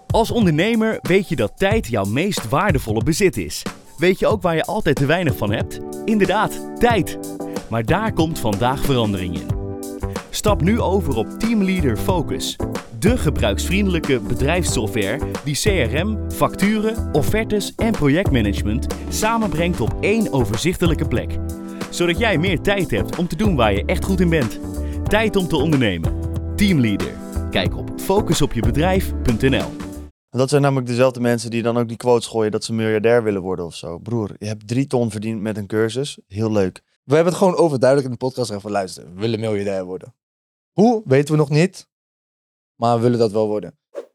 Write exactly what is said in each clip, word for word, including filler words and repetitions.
Als ondernemer weet je dat tijd jouw meest waardevolle bezit is. Weet je ook waar je altijd te weinig van hebt? Inderdaad, tijd. Maar daar komt vandaag verandering in. Stap nu over op Teamleader Focus. De gebruiksvriendelijke bedrijfssoftware die C R M, facturen, offertes en projectmanagement samenbrengt op één overzichtelijke plek. Zodat jij meer tijd hebt om te doen waar je echt goed in bent. Tijd om te ondernemen. Teamleader. Kijk op focus op je bedrijf punt n l. Dat zijn namelijk dezelfde mensen die dan ook die quotes gooien dat ze miljardair willen worden of zo. Broer, je hebt drie ton verdiend met een cursus. Heel leuk. We hebben het gewoon overduidelijk in de podcast even luisteren. We willen miljardair worden. Hoe, weten we nog niet. Maar we willen dat wel worden.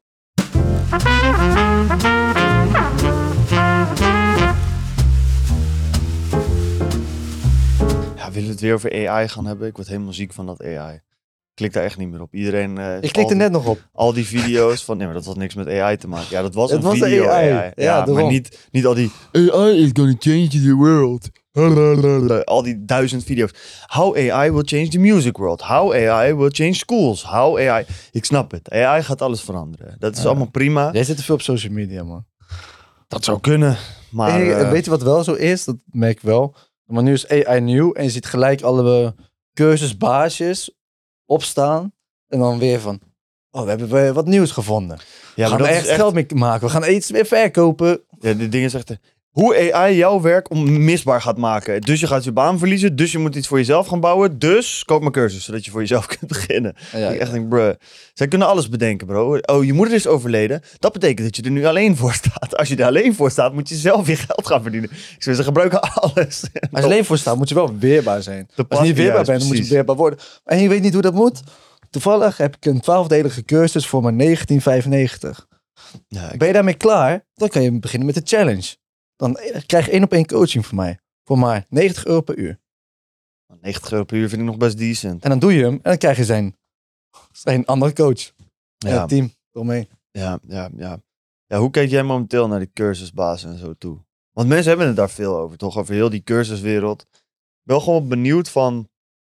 Ja, willen we het weer over A I gaan hebben? Ik word helemaal ziek van dat A I. Ik klik daar echt niet meer op. Iedereen... Uh, ik klikte net nog op. Al die video's van... Nee, maar dat had niks met A I te maken. Ja, dat was het een was video A I. A I. Ja, ja maar niet, niet al die... A I is gonna change the world. Al die duizend video's. How A I will change the music world. How A I will change schools. How A I... Ik snap het. A I gaat alles veranderen. Dat is ja. allemaal prima. Jij zit te veel op social media, man. Dat zou kunnen. Maar... En, uh... weet je wat wel zo is? Dat merk ik wel. Maar nu is A I nieuw. En je ziet gelijk alle cursusbaasjes opstaan. En dan weer van... Oh, we hebben weer wat nieuws gevonden. Ja, we gaan er echt, echt geld mee maken. We gaan iets weer verkopen. Ja, de dingen zeggen... Hoe A I jouw werk onmisbaar gaat maken. Dus je gaat je baan verliezen. Dus je moet iets voor jezelf gaan bouwen. Dus koop maar cursus, zodat je voor jezelf kunt beginnen. Ja, ja. Ik echt denk, bruh. Zij kunnen alles bedenken, bro. Oh, je moeder is overleden. Dat betekent dat je er nu alleen voor staat. Als je er alleen voor staat, moet je zelf je geld gaan verdienen. Ik zou ze gebruiken alles. Als je alleen voor staat, moet je wel weerbaar zijn. Als je niet weerbaar juist, bent, dan precies. moet je weerbaar worden. En je weet niet hoe dat moet. Toevallig heb ik een twaalfdelige cursus voor maar negentien vijfennegentig. Ja, ik... Ben je daarmee klaar? Dan kan je beginnen met de challenge. Dan krijg je één op één coaching van mij. Voor maar negentig euro per uur. negentig euro per uur vind ik nog best decent. En dan doe je hem. En dan krijg je zijn, zijn andere coach. Ja. En het team eromheen. Ja, ja, ja. Ja, hoe kijk jij momenteel naar die cursusbazen en zo toe? Want mensen hebben het daar veel over, toch? Over heel die cursuswereld. Ik ben wel gewoon benieuwd van...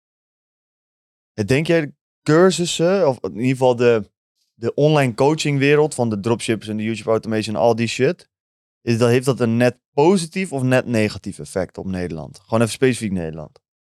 Denk jij de cursussen, of in ieder geval de, de online coachingwereld van de dropshippers en de YouTube automation en al die shit... Is dat, heeft dat een net positief of net negatief effect op Nederland? Gewoon even specifiek Nederland.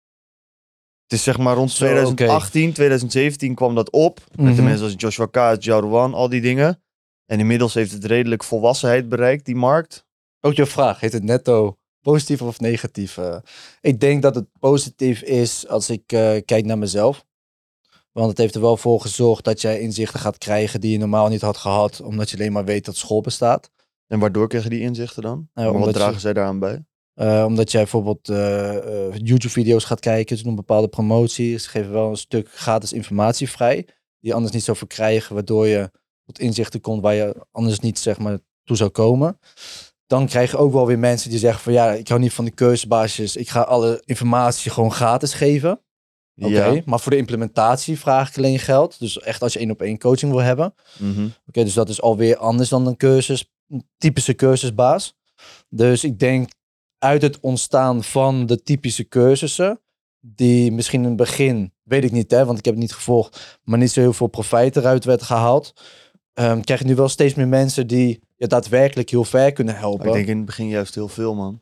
Het is zeg maar rond Zo, twintig achttien, okay. twintig zeventien kwam dat op. Mm-hmm. Met de mensen als Joshua K, Jarouan, al die dingen. En inmiddels heeft het redelijk volwassenheid bereikt, die markt. Ook je vraag, heet het netto positief of negatief? Uh, ik denk dat het positief is als ik uh, kijk naar mezelf. Want het heeft er wel voor gezorgd dat jij inzichten gaat krijgen die je normaal niet had gehad. Omdat je alleen maar weet dat school bestaat. En waardoor krijg je die inzichten dan? Uh, wat dragen je, zij daaraan bij? Uh, omdat jij bijvoorbeeld uh, uh, YouTube-video's gaat kijken, ze doen bepaalde promoties. Ze geven wel een stuk gratis informatie vrij, die je anders niet zou verkrijgen, waardoor je tot inzichten komt waar je anders niet zeg maar toe zou komen. Dan krijg je ook wel weer mensen die zeggen van ja, ik hou niet van die cursusbaasjes, ik ga alle informatie gewoon gratis geven. Oké, okay, ja. Maar voor de implementatie vraag ik alleen geld. Dus echt als je één op één coaching wil hebben. Mm-hmm. Oké, okay, dus dat is alweer anders dan een cursus. Een typische cursusbaas. Dus ik denk uit het ontstaan van de typische cursussen, die misschien in het begin, weet ik niet hè, want ik heb het niet gevolgd, maar niet zo heel veel profijt eruit werd gehaald, um, krijg je nu wel steeds meer mensen die je daadwerkelijk heel ver kunnen helpen. Ik denk in het begin juist heel veel, man.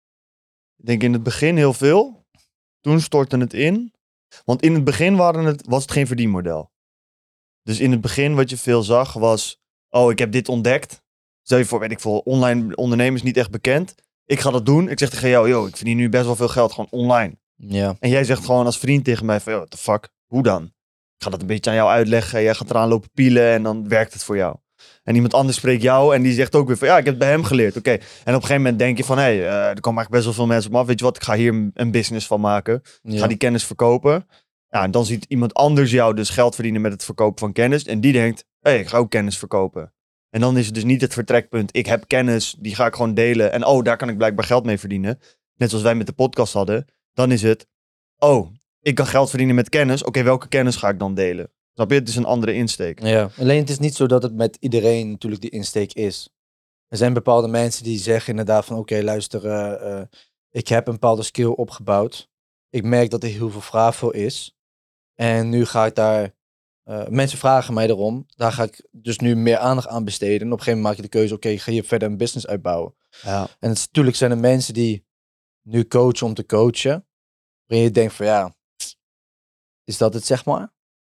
Ik denk in het begin heel veel. Toen stortte het in. Want in het begin waren het, was het geen verdienmodel. Dus in het begin wat je veel zag was, oh, ik heb dit ontdekt. Stel je voor, weet ik veel, online ondernemers niet echt bekend. Ik ga dat doen. Ik zeg tegen jou, yo, ik verdien nu best wel veel geld gewoon online. Ja. En jij zegt gewoon als vriend tegen mij van, yo, what the fuck, hoe dan? Ik ga dat een beetje aan jou uitleggen. Jij gaat eraan lopen pielen en dan werkt het voor jou. En iemand anders spreekt jou en die zegt ook weer van, ja, ik heb het bij hem geleerd. Oké. Okay. En op een gegeven moment denk je van, hé, hey, uh, er komen eigenlijk best wel veel mensen op af. Weet je wat, ik ga hier een business van maken. Ik ja. ga die kennis verkopen. Ja, en dan ziet iemand anders jou dus geld verdienen met het verkopen van kennis. En die denkt, hé, hey, ik ga ook kennis verkopen. En dan is het dus niet het vertrekpunt. Ik heb kennis, die ga ik gewoon delen. En oh, daar kan ik blijkbaar geld mee verdienen. Net zoals wij met de podcast hadden. Dan is het, oh, ik kan geld verdienen met kennis. Oké, okay, welke kennis ga ik dan delen? Snap je? Het is een andere insteek. Ja, alleen het is niet zo dat het met iedereen natuurlijk die insteek is. Er zijn bepaalde mensen die zeggen inderdaad van oké, okay, luister, uh, uh, ik heb een bepaalde skill opgebouwd. Ik merk dat er heel veel vraag voor is. En nu ga ik daar uh, mensen vragen mij erom. Daar ga ik dus nu meer aandacht aan besteden. En op een gegeven moment maak je de keuze, oké, okay, ga je verder een business uitbouwen. Ja. En het is, natuurlijk zijn er mensen die nu coachen om te coachen. Waarin je denkt van ja, is dat het zeg maar?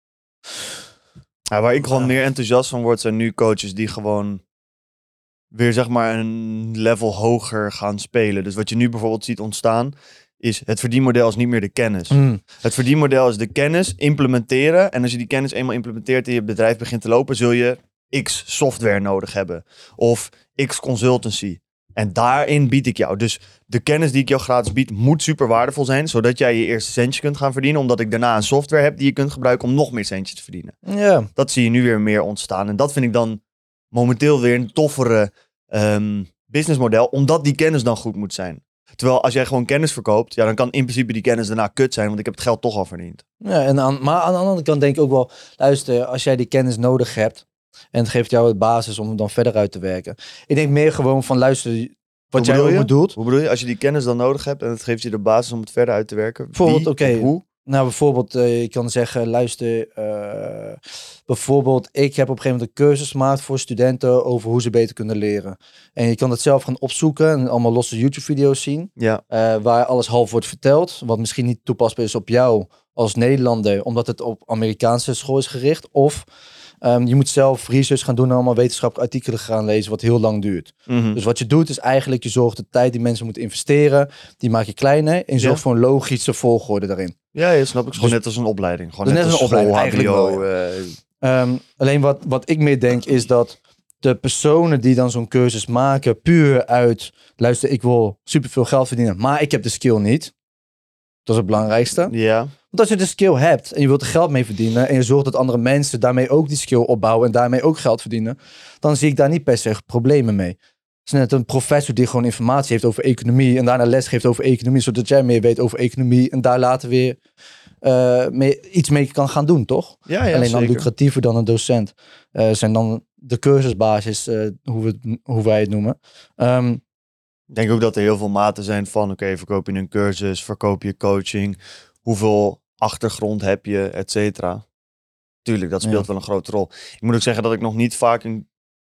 Ja, waar ik gewoon Ja. meer enthousiast van word, zijn nu coaches die gewoon weer zeg maar een level hoger gaan spelen. Dus wat je nu bijvoorbeeld ziet ontstaan, is het verdienmodel is niet meer de kennis. Mm. Het verdienmodel is de kennis implementeren. En als je die kennis eenmaal implementeert en je bedrijf begint te lopen, zul je X software nodig hebben. Of X consultancy. En daarin bied ik jou. Dus de kennis die ik jou gratis bied, moet super waardevol zijn. Zodat jij je eerste centje kunt gaan verdienen. Omdat ik daarna een software heb die je kunt gebruiken om nog meer centjes te verdienen. Ja. Dat zie je nu weer meer ontstaan. En dat vind ik dan momenteel weer een toffere um, businessmodel. Omdat die kennis dan goed moet zijn. Terwijl als jij gewoon kennis verkoopt, ja, dan kan in principe die kennis daarna kut zijn. Want ik heb het geld toch al verdiend. Ja, en aan, maar aan de andere kant denk ik ook wel, luister, als jij die kennis nodig hebt. En het geeft jou de basis om dan verder uit te werken. Ik denk meer gewoon van, luister, wat jij ook bedoelt. Hoe bedoel je? Als je die kennis dan nodig hebt en het geeft je de basis om het verder uit te werken. Bijvoorbeeld, oké. Okay. Hoe? Nou, bijvoorbeeld, uh, je kan zeggen, luister, uh, bijvoorbeeld, ik heb op een gegeven moment een cursus gemaakt voor studenten over hoe ze beter kunnen leren. En je kan het zelf gaan opzoeken en allemaal losse YouTube-video's zien. Ja. Uh, waar alles half wordt verteld, wat misschien niet toepasbaar is op jou als Nederlander, omdat het op Amerikaanse school is gericht. Of um, je moet zelf research gaan doen en allemaal wetenschappelijke artikelen gaan lezen, wat heel lang duurt. Mm-hmm. Dus wat je doet is eigenlijk, je zorgt de tijd die mensen moeten investeren, die maak je kleiner en je zorgt ja. voor een logische volgorde daarin. Ja, ja, snap ik. Gewoon dus, net als een opleiding. Gewoon dus net, net als een school, opleiding, eigenlijk H B O, wel, ja. uh... um, alleen wat, wat ik meer denk is dat de personen die dan zo'n cursus maken, puur uit, luister, ik wil superveel geld verdienen, maar ik heb de skill niet. Dat is het belangrijkste. Ja. Want als je de skill hebt en je wilt er geld mee verdienen en je zorgt dat andere mensen daarmee ook die skill opbouwen en daarmee ook geld verdienen, dan zie ik daar niet per se problemen mee. Het is net een professor die gewoon informatie heeft over economie en daarna les geeft over economie, zodat jij meer weet over economie en daar later weer uh, mee, iets mee kan gaan doen, toch? Ja, ja, alleen dan zeker. lucratiever dan een docent. Uh, zijn dan de cursusbasis, uh, hoe, we het, hoe wij het noemen. Um, Ik denk ook dat er heel veel maten zijn van, oké, okay, verkoop je een cursus, verkoop je coaching, hoeveel achtergrond heb je, et cetera. Tuurlijk, dat speelt ja. wel een grote rol. Ik moet ook zeggen dat ik nog niet vaak een,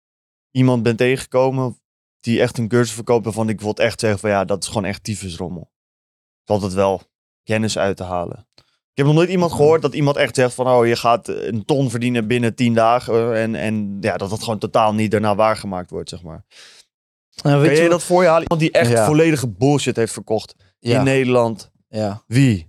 iemand ben tegengekomen die echt een cursus verkoopt waarvan ik bijvoorbeeld echt zeg van ja, dat is gewoon echt tyfusrommel. Het is altijd wel kennis uit te halen. Ik heb nog nooit iemand gehoord dat iemand echt zegt van oh, je gaat een ton verdienen binnen tien dagen en, en ja, dat dat gewoon totaal niet daarna waargemaakt wordt, zeg maar. Nou, weet kan je dat voor je halen? Iemand die echt ja. volledige bullshit heeft verkocht ja. in Nederland. Ja. Wie?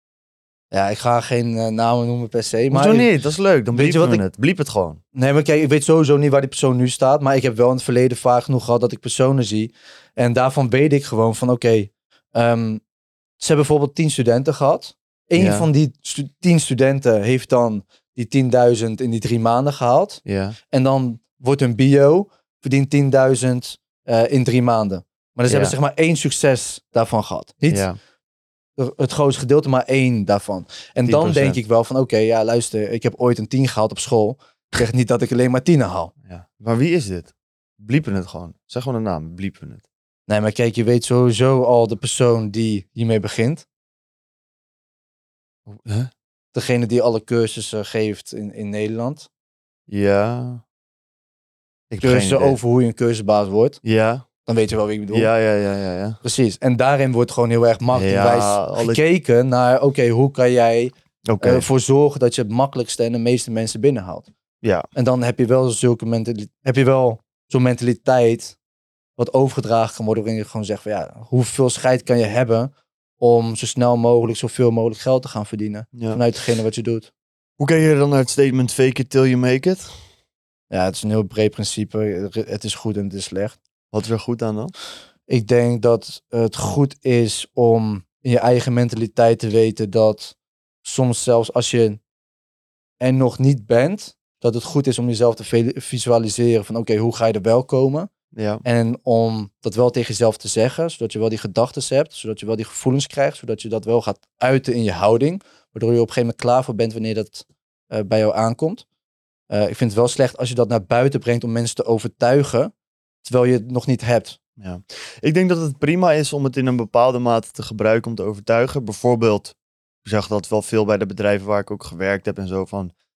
Ja, ik ga geen uh, namen noemen per se. Maar Hoezo niet? Dat is leuk. Dan bliepen we ik... het. Bliep het gewoon. Nee, maar kijk, ik weet sowieso niet waar die persoon nu staat. Maar ik heb wel in het verleden vaak genoeg gehad dat ik personen zie. En daarvan weet ik gewoon van oké. Okay, um, ze hebben bijvoorbeeld tien studenten gehad. Eén ja. van die stu- tien studenten heeft dan die tienduizend in die drie maanden gehaald. Ja. En dan wordt hun bio verdient tienduizend uh, in drie maanden. Maar dus ja. hebben ze zeg maar één succes daarvan gehad. Niet ja. het grootste gedeelte, maar één daarvan. En tien procent. Dan denk ik wel van oké, okay, ja luister, ik heb ooit een tien gehaald op school. Ik zeg niet dat ik alleen maar tien haal. Ja. Maar wie is dit? Bliepen het gewoon. Zeg gewoon een naam, bliepen het. Nee, maar kijk, je weet sowieso al de persoon die hiermee begint. Huh? Degene die alle cursussen geeft in, in Nederland. Ja. Ik cursussen over hoe je een cursusbaas wordt. Ja. Dan weet je wel wie ik bedoel. Ja, ja, ja, ja, ja. Precies. En daarin wordt gewoon heel erg marketingwijs ja, alle... gekeken naar, oké, okay, hoe kan jij okay. ervoor uh, zorgen dat je het makkelijkste en de meeste mensen binnenhaalt. Ja. En dan heb je wel zulke mentaliteit, heb je wel zo'n mentaliteit wat overgedragen kan worden, waarin je gewoon zegt van ja, hoeveel scheid kan je hebben om zo snel mogelijk zoveel mogelijk geld te gaan verdienen ja. vanuit degene wat je doet. Hoe kijk je dan naar het statement fake it till you make it? Ja, het is een heel breed principe. Het is goed en het is slecht. Wat is er goed aan dan? Ik denk dat het goed is om in je eigen mentaliteit te weten dat soms zelfs als je er nog niet bent, dat het goed is om jezelf te visualiseren van oké, okay, hoe ga je er wel komen? Ja. En om dat wel tegen jezelf te zeggen, zodat je wel die gedachten hebt, zodat je wel die gevoelens krijgt, zodat je dat wel gaat uiten in je houding, waardoor je op een gegeven moment klaar voor bent wanneer dat uh, bij jou aankomt. Uh, ik vind het wel slecht als je dat naar buiten brengt om mensen te overtuigen, terwijl je het nog niet hebt. Ja. Ik denk dat het prima is om het in een bepaalde mate te gebruiken om te overtuigen. Bijvoorbeeld, ik zeg dat wel veel bij de bedrijven waar ik ook gewerkt heb en zo van,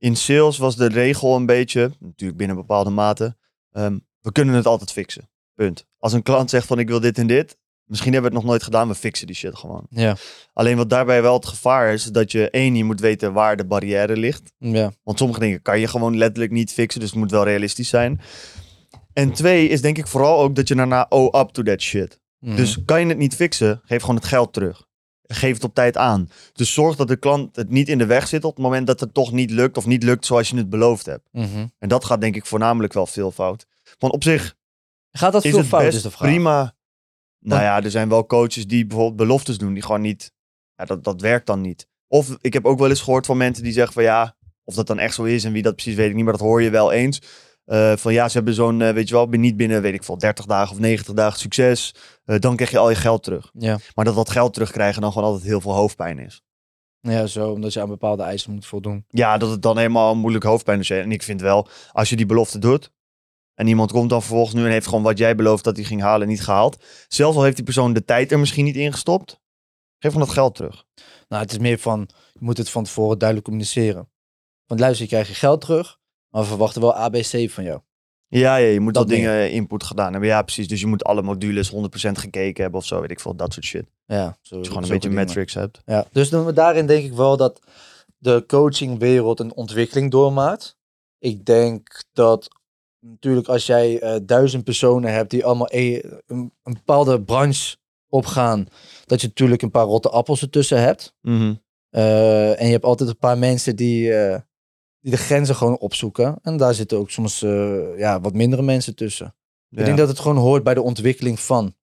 in sales was de regel een beetje, natuurlijk binnen bepaalde mate, um, we kunnen het altijd fixen. Punt. Als een klant zegt van ik wil dit en dit, misschien hebben we het nog nooit gedaan, we fixen die shit gewoon. Ja. Alleen wat daarbij wel het gevaar is, dat je één, je moet weten waar de barrière ligt. Ja. Want sommige dingen kan je gewoon letterlijk niet fixen, dus het moet wel realistisch zijn. En twee is denk ik vooral ook dat je daarna owe up to that shit. Mm. Dus kan je het niet fixen, geef gewoon het geld terug. Geef het op tijd aan. Dus zorg dat de klant het niet in de weg zit op het moment dat het toch niet lukt of niet lukt zoals je het beloofd hebt. Mm-hmm. En dat gaat denk ik voornamelijk wel veel fout. Want op zich Gaat dat is veel het fout, best is de vraag. prima. Nou ja, er zijn wel coaches die bijvoorbeeld beloftes doen die gewoon niet... Ja, dat, dat werkt dan niet. Of ik heb ook wel eens gehoord van mensen die zeggen van ja, of dat dan echt zo is en wie dat precies weet ik niet, maar dat hoor je wel eens. Uh, van ja, ze hebben zo'n, uh, weet je wel, niet binnen, weet ik veel, dertig dagen of negentig dagen succes. Uh, dan krijg je al je geld terug. Ja. Maar dat dat geld terugkrijgen dan gewoon altijd heel veel hoofdpijn is. Ja, zo, omdat je aan bepaalde eisen moet voldoen. Ja, dat het dan helemaal een moeilijk hoofdpijn is. En ik vind wel, als je die belofte doet en iemand komt dan vervolgens nu en heeft gewoon wat jij belooft dat hij ging halen niet gehaald. Zelfs al heeft die persoon de tijd er misschien niet in gestopt, geef hem dat geld terug. Nou, het is meer van, je moet het van tevoren duidelijk communiceren. Want luister, je krijgt je geld terug, maar we verwachten wel A B C van jou. Ja, ja, je moet Dat wel dingen input gedaan hebben. Ja, precies. Dus je moet alle modules honderd procent gekeken hebben of zo, weet ik veel, dat soort shit. Ja, zo, Dat je gewoon een zulke beetje dingen. metrics hebt. Ja, dus dan, daarin denk ik wel dat de coachingwereld een ontwikkeling doormaakt. Ik denk dat natuurlijk als jij uh, duizend personen hebt die allemaal een, een, een bepaalde branche opgaan, dat je natuurlijk een paar rotte appels ertussen hebt. Mm-hmm. Uh, en je hebt altijd een paar mensen die, uh, die de grenzen gewoon opzoeken. En daar zitten ook soms uh, ja, wat mindere mensen tussen. Ja. Ik denk dat het gewoon hoort bij de ontwikkeling van.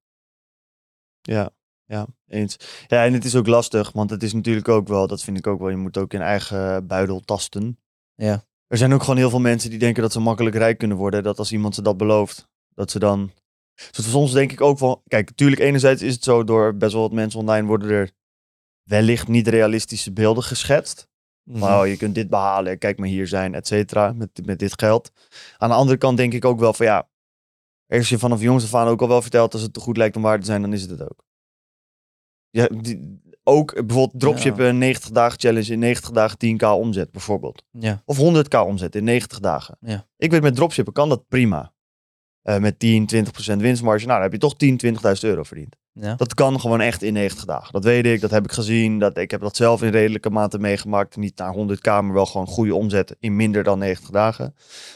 Ja, ja, eens. Ja, en het is ook lastig, want het is natuurlijk ook wel, dat vind ik ook wel, je moet ook in eigen buidel tasten. Ja. Er zijn ook gewoon heel veel mensen die denken dat ze makkelijk rijk kunnen worden. Dat als iemand ze dat belooft, dat ze dan... Dus soms denk ik ook van, kijk, natuurlijk enerzijds is het zo, door best wel wat mensen online worden er wellicht niet realistische beelden geschetst. Mm-hmm. Oh, je kunt dit behalen, kijk maar hier zijn, et cetera, met, met dit geld. Aan de andere kant denk ik ook wel van ja, als je vanaf jongs af aan ook al wel vertelt als het te goed lijkt om waar te zijn, dan is het het ook. Ja, die, ook bijvoorbeeld dropshippen, ja. negentig dagen challenge in negentig dagen tien k omzet bijvoorbeeld. Ja. Of honderd k omzet in negentig dagen. Ja. Ik weet met dropshippen kan dat prima. Uh, met tien, twintig procent winstmarge, nou dan heb je toch tien, twintigduizend euro verdiend. Ja. Dat kan gewoon echt in negentig dagen. Dat weet ik, dat heb ik gezien. Dat, ik heb dat zelf in redelijke mate meegemaakt. Niet naar honderd k, maar wel gewoon goede omzet in minder dan negentig dagen.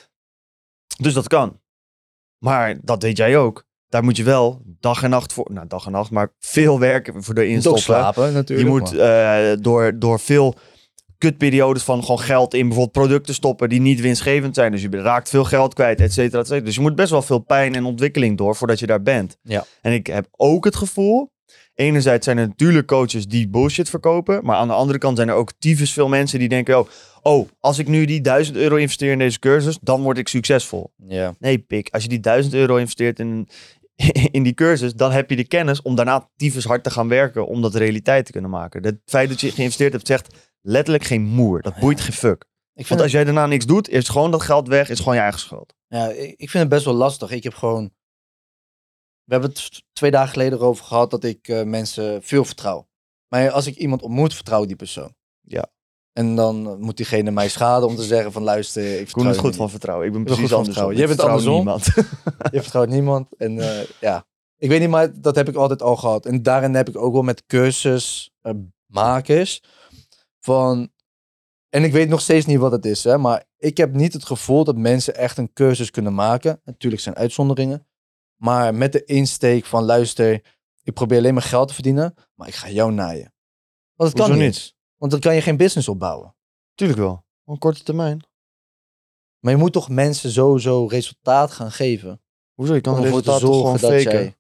Dus dat kan. Maar dat weet jij ook. Daar moet je wel dag en nacht voor... Nou, dag en nacht, maar veel werk voor erin stoppen. slapen natuurlijk. Je moet uh, door, door veel kutperiodes van gewoon geld in bijvoorbeeld producten stoppen die niet winstgevend zijn. Dus je raakt veel geld kwijt, et cetera, et cetera. Dus je moet best wel veel pijn en ontwikkeling door voordat je daar bent. Ja. En ik heb ook het gevoel... Enerzijds zijn er natuurlijk coaches die bullshit verkopen. Maar aan de andere kant zijn er ook tyfus veel mensen die denken... Oh, oh, als ik nu die duizend euro investeer in deze cursus, dan word ik succesvol. Ja. Nee, pik. Als je die duizend euro investeert in, in die cursus, dan heb je de kennis om daarna tyfus hard te gaan werken om dat realiteit te kunnen maken. Het feit dat je geïnvesteerd hebt, zegt letterlijk geen moer. Dat boeit geen fuck. Ik vind Want als jij daarna niks doet, is gewoon dat geld weg, is gewoon je eigen schuld. Ja, ik vind het best wel lastig. Ik heb gewoon... We hebben het twee dagen geleden erover gehad dat ik uh, mensen veel vertrouw. Maar als ik iemand ontmoet, vertrouw ik die persoon. Ja. En dan moet diegene mij schaden om te zeggen van luister, ik Koen is goed van vertrouwen. Ik ben precies andersom. Jij bent andersom. Niemand. Je vertrouwt niemand. En uh, ja, ik weet niet, maar dat heb ik altijd al gehad. En daarin heb ik ook wel met cursusmakers uh, van... En ik weet nog steeds niet wat het is, hè, maar ik heb niet het gevoel dat mensen echt een cursus kunnen maken. Natuurlijk zijn uitzonderingen. Maar met de insteek van luister, ik probeer alleen maar geld te verdienen, maar ik ga jou naaien. Want het kan niet. niet. Want dan kan je geen business opbouwen. Tuurlijk wel. Op korte termijn. Maar je moet toch mensen sowieso resultaat gaan geven. Hoezo? Je kan het resultaat toch gewoon faken? Jij...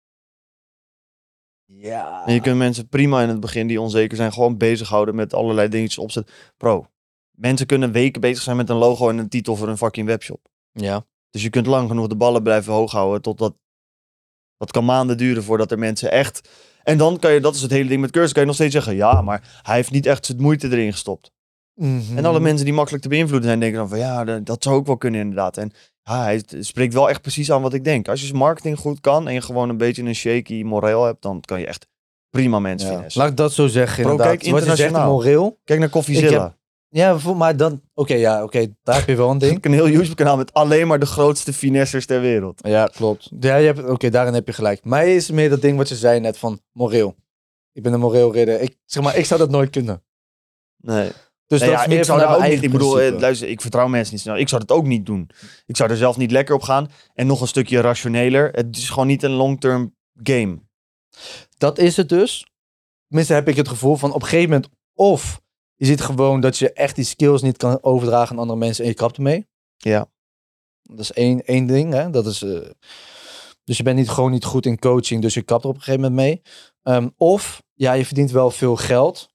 Ja. En je kunt mensen prima in het begin die onzeker zijn gewoon bezighouden met allerlei dingetjes opzetten. Bro, mensen kunnen weken bezig zijn met een logo en een titel voor een fucking webshop. Ja. Dus je kunt lang genoeg de ballen blijven hoog houden totdat... Dat kan maanden duren voordat er mensen echt... En dan kan je, dat is het hele ding met cursus, kan je nog steeds zeggen... Ja, maar hij heeft niet echt zijn moeite erin gestopt. Mm-hmm. En alle mensen die makkelijk te beïnvloeden zijn, denken dan van... Ja, dat zou ook wel kunnen inderdaad. En ja, hij spreekt wel echt precies aan wat ik denk. Als je marketing goed kan en je gewoon een beetje een shaky moreel hebt... Dan kan je echt prima mensen ja. vinden. Laat ik dat zo zeggen Bro, inderdaad. Kijk internationaal. Wat je zegt, moreel. Kijk naar Coffeezilla. Heb... Ja, voor- maar dan... Oké, ja, oké. daar heb je wel een ding. Een heel YouTube-kanaal met alleen maar de grootste finessers ter wereld. Ja, klopt. Ja, je hebt, oké, daarin heb je gelijk. Mij is meer dat ding wat je zei net van moreel. Ik ben een moreel ridder. Ik, zeg maar, ik zou dat nooit kunnen. Nee. Dus Nee, dat ja, is meer ik zou vanuit daar ook mijn niet, eigen ik bedoel, principe. eh, luister, ik vertrouw mensen niet snel. Ik zou dat ook niet doen. Ik zou er zelf niet lekker op gaan. En nog een stukje rationeler. Het is gewoon niet een long-term game. Dat is het dus. Tenminste heb ik het gevoel van op een gegeven moment... Of je ziet gewoon dat je echt die skills niet kan overdragen aan andere mensen en je kapt ermee. Ja. Dat is één, één ding. Hè? Dat is, uh, dus je bent niet, gewoon niet goed in coaching, dus je kapt er op een gegeven moment mee. Um, of ja, je verdient wel veel geld.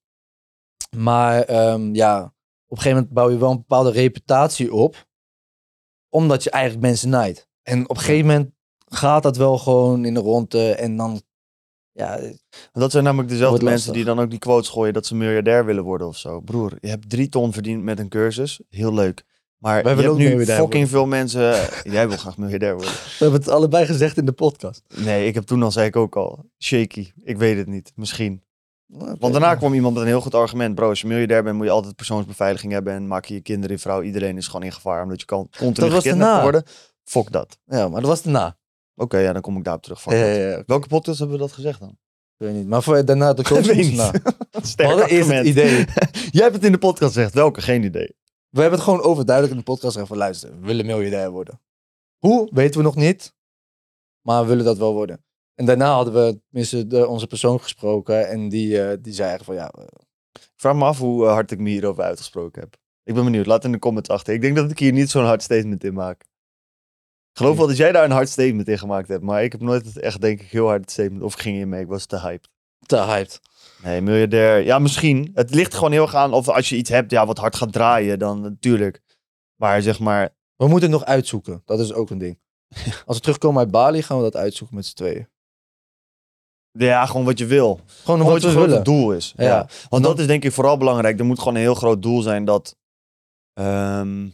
Maar um, ja, op een gegeven moment bouw je wel een bepaalde reputatie op. Omdat je eigenlijk mensen naait. En op een gegeven moment gaat dat wel gewoon in de ronde en dan... Ja, Dat zijn namelijk dezelfde wordt mensen lastig. die dan ook die quotes gooien dat ze miljardair willen worden of zo. Broer, je hebt drie ton verdiend met een cursus. Heel leuk. Maar Wij je willen hebt ook nu miljardair fucking worden. veel mensen... Jij wil graag miljardair worden. We hebben het allebei gezegd in de podcast. Nee, ik heb toen al, zei ik ook al, shaky. Ik weet het niet. Misschien. Okay. Want daarna kwam iemand met een heel goed argument. Bro, als je miljardair bent, moet je altijd persoonsbeveiliging hebben. En maak je je kinderen, je vrouw, iedereen is gewoon in gevaar. Omdat je kan continu Dat was gekidnapt daarna. worden. Fuck dat. Ja, maar dat was daarna. Oké, ja, dan kom ik daarop terug. Fuck Ja, dat. ja, ja. Welke podcast hebben we dat gezegd dan? Ik weet niet. Maar voor, daarna de Ik coach weet was niet. daarna. We Sterk hadden eerst het argument. idee. Jij hebt het in de podcast gezegd. Welke? Geen idee. We hebben het gewoon overduidelijk in de podcast gezegd van luister, we willen miljardair worden. Hoe, weten we nog niet. Maar we willen dat wel worden. En daarna hadden we tenminste de, onze persoon gesproken en die, uh, die zei eigenlijk van ja... Uh, Ik vraag me af hoe uh, hard ik me hierover uitgesproken heb. Ik ben benieuwd. Laat in de comments achter. Ik denk dat ik hier niet zo'n hard statement in maak. Ik geloof wel dat jij daar een hard statement in gemaakt hebt. Maar ik heb nooit echt, denk ik, heel hard het statement. Of ik ging in mee. Ik was te hyped. te hyped. Nee, miljardair. Ja, misschien. Het ligt gewoon heel erg aan of als je iets hebt ja, wat hard gaat draaien, dan natuurlijk. Maar zeg maar... We moeten het nog uitzoeken. Dat is ook een ding. Als we terugkomen uit Bali, gaan we dat uitzoeken met z'n tweeën. Ja, gewoon wat je wil. Gewoon Gewoon wat wat je we grote willen. doel is. Ja. Ja. Want Dan- dat is denk ik vooral belangrijk. Er moet gewoon een heel groot doel zijn dat... ehm,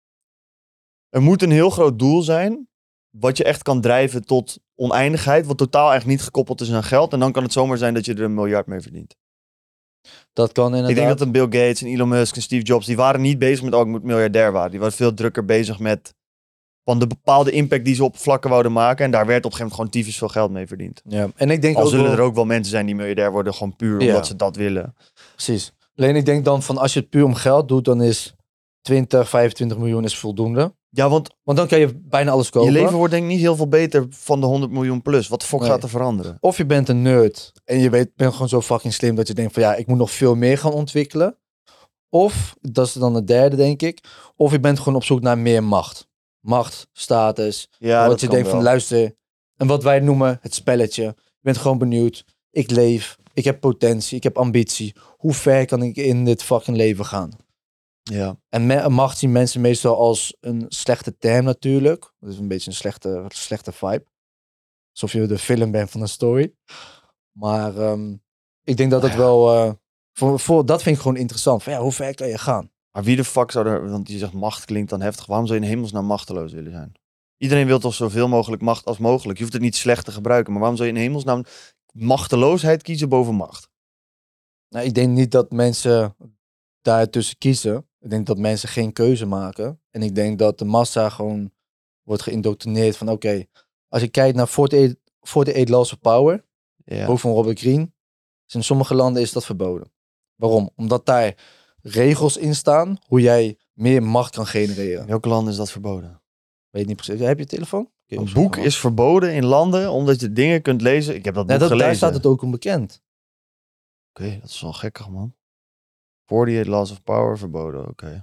er moet een heel groot doel zijn wat je echt kan drijven tot oneindigheid. Wat totaal echt niet gekoppeld is aan geld. En dan kan het zomaar zijn dat je er een miljard mee verdient. Dat kan inderdaad. Ik denk dat een Bill Gates en Elon Musk en Steve Jobs, die waren niet bezig met, oh, ik moet miljardair worden. Die waren veel drukker bezig met van de bepaalde impact die ze op vlakken wouden maken. En daar werd op een gegeven moment gewoon tyfus veel geld mee verdiend. Ja. En ik denk Al ook zullen wel- er ook wel mensen zijn die miljardair worden, gewoon puur Ja. omdat ze dat willen. Precies. Alleen ik denk dan van als je het puur om geld doet, dan is twintig, vijfentwintig miljoen is voldoende. Ja, want Want dan kan je bijna alles kopen. je leven wordt denk ik niet heel veel beter van de honderd miljoen plus. Wat de fuck Nee. gaat er veranderen? Of je bent een nerd en je weet, bent gewoon zo fucking slim dat je denkt van ja, ik moet nog veel meer gaan ontwikkelen. Of, dat is dan het derde denk ik, of je bent gewoon op zoek naar meer macht. Macht, status, Ja, wat dat je kan denkt van wel. luister, en wat wij noemen het spelletje. Je bent gewoon benieuwd, ik leef, ik heb potentie, ik heb ambitie. Hoe ver kan ik in dit fucking leven gaan? Ja. En me- macht zien mensen meestal als een slechte term natuurlijk. Dat is een beetje een slechte, slechte vibe. Alsof je de film bent van een story. Maar ehm, ik denk dat het wel... eh, voor, voor, dat vind ik gewoon interessant. Van, ja, hoe ver kan je gaan? Maar wie de fuck zou er, want je zegt macht klinkt dan heftig. Waarom zou je in hemelsnaam machteloos willen zijn? Iedereen wil toch zoveel mogelijk macht als mogelijk. Je hoeft het niet slecht te gebruiken. Maar waarom zou je in hemelsnaam machteloosheid kiezen boven macht? Nou, ik denk niet dat mensen daartussen kiezen. Ik denk dat mensen geen keuze maken. En ik denk dat de massa gewoon wordt geïndoctrineerd van... Oké, als je kijkt naar forty-eight Laws of Power... Ja. Boek van Robert Greene. Dus in sommige landen is dat verboden. Waarom? Omdat daar regels in staan hoe jij meer macht kan genereren. In welke landen is dat verboden? Weet niet precies. Heb je een telefoon? Kun je Een opzoeken, boek man. is verboden in landen omdat je dingen kunt lezen. Ik heb dat boek Ja, dat, gelezen. daar staat het ook onbekend. Oké, dat is wel gekkig, man. forty-eight Laws of Power verboden, oké.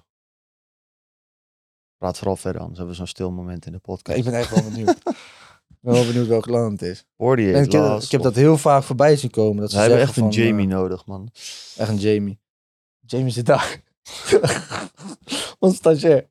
Praat vooral verder, anders hebben we zo'n stil moment in de Ja, podcast. ik ben echt wel benieuwd. Ik ben wel benieuwd welk land het is. forty-eight En ik, heb, Laws ik heb of- dat heel vaak voorbij zien komen. Dat We ze hebben zeggen echt een van, Jamie eh, nodig, man. echt een Jamie. Jamie zit daar. Ons stagiair.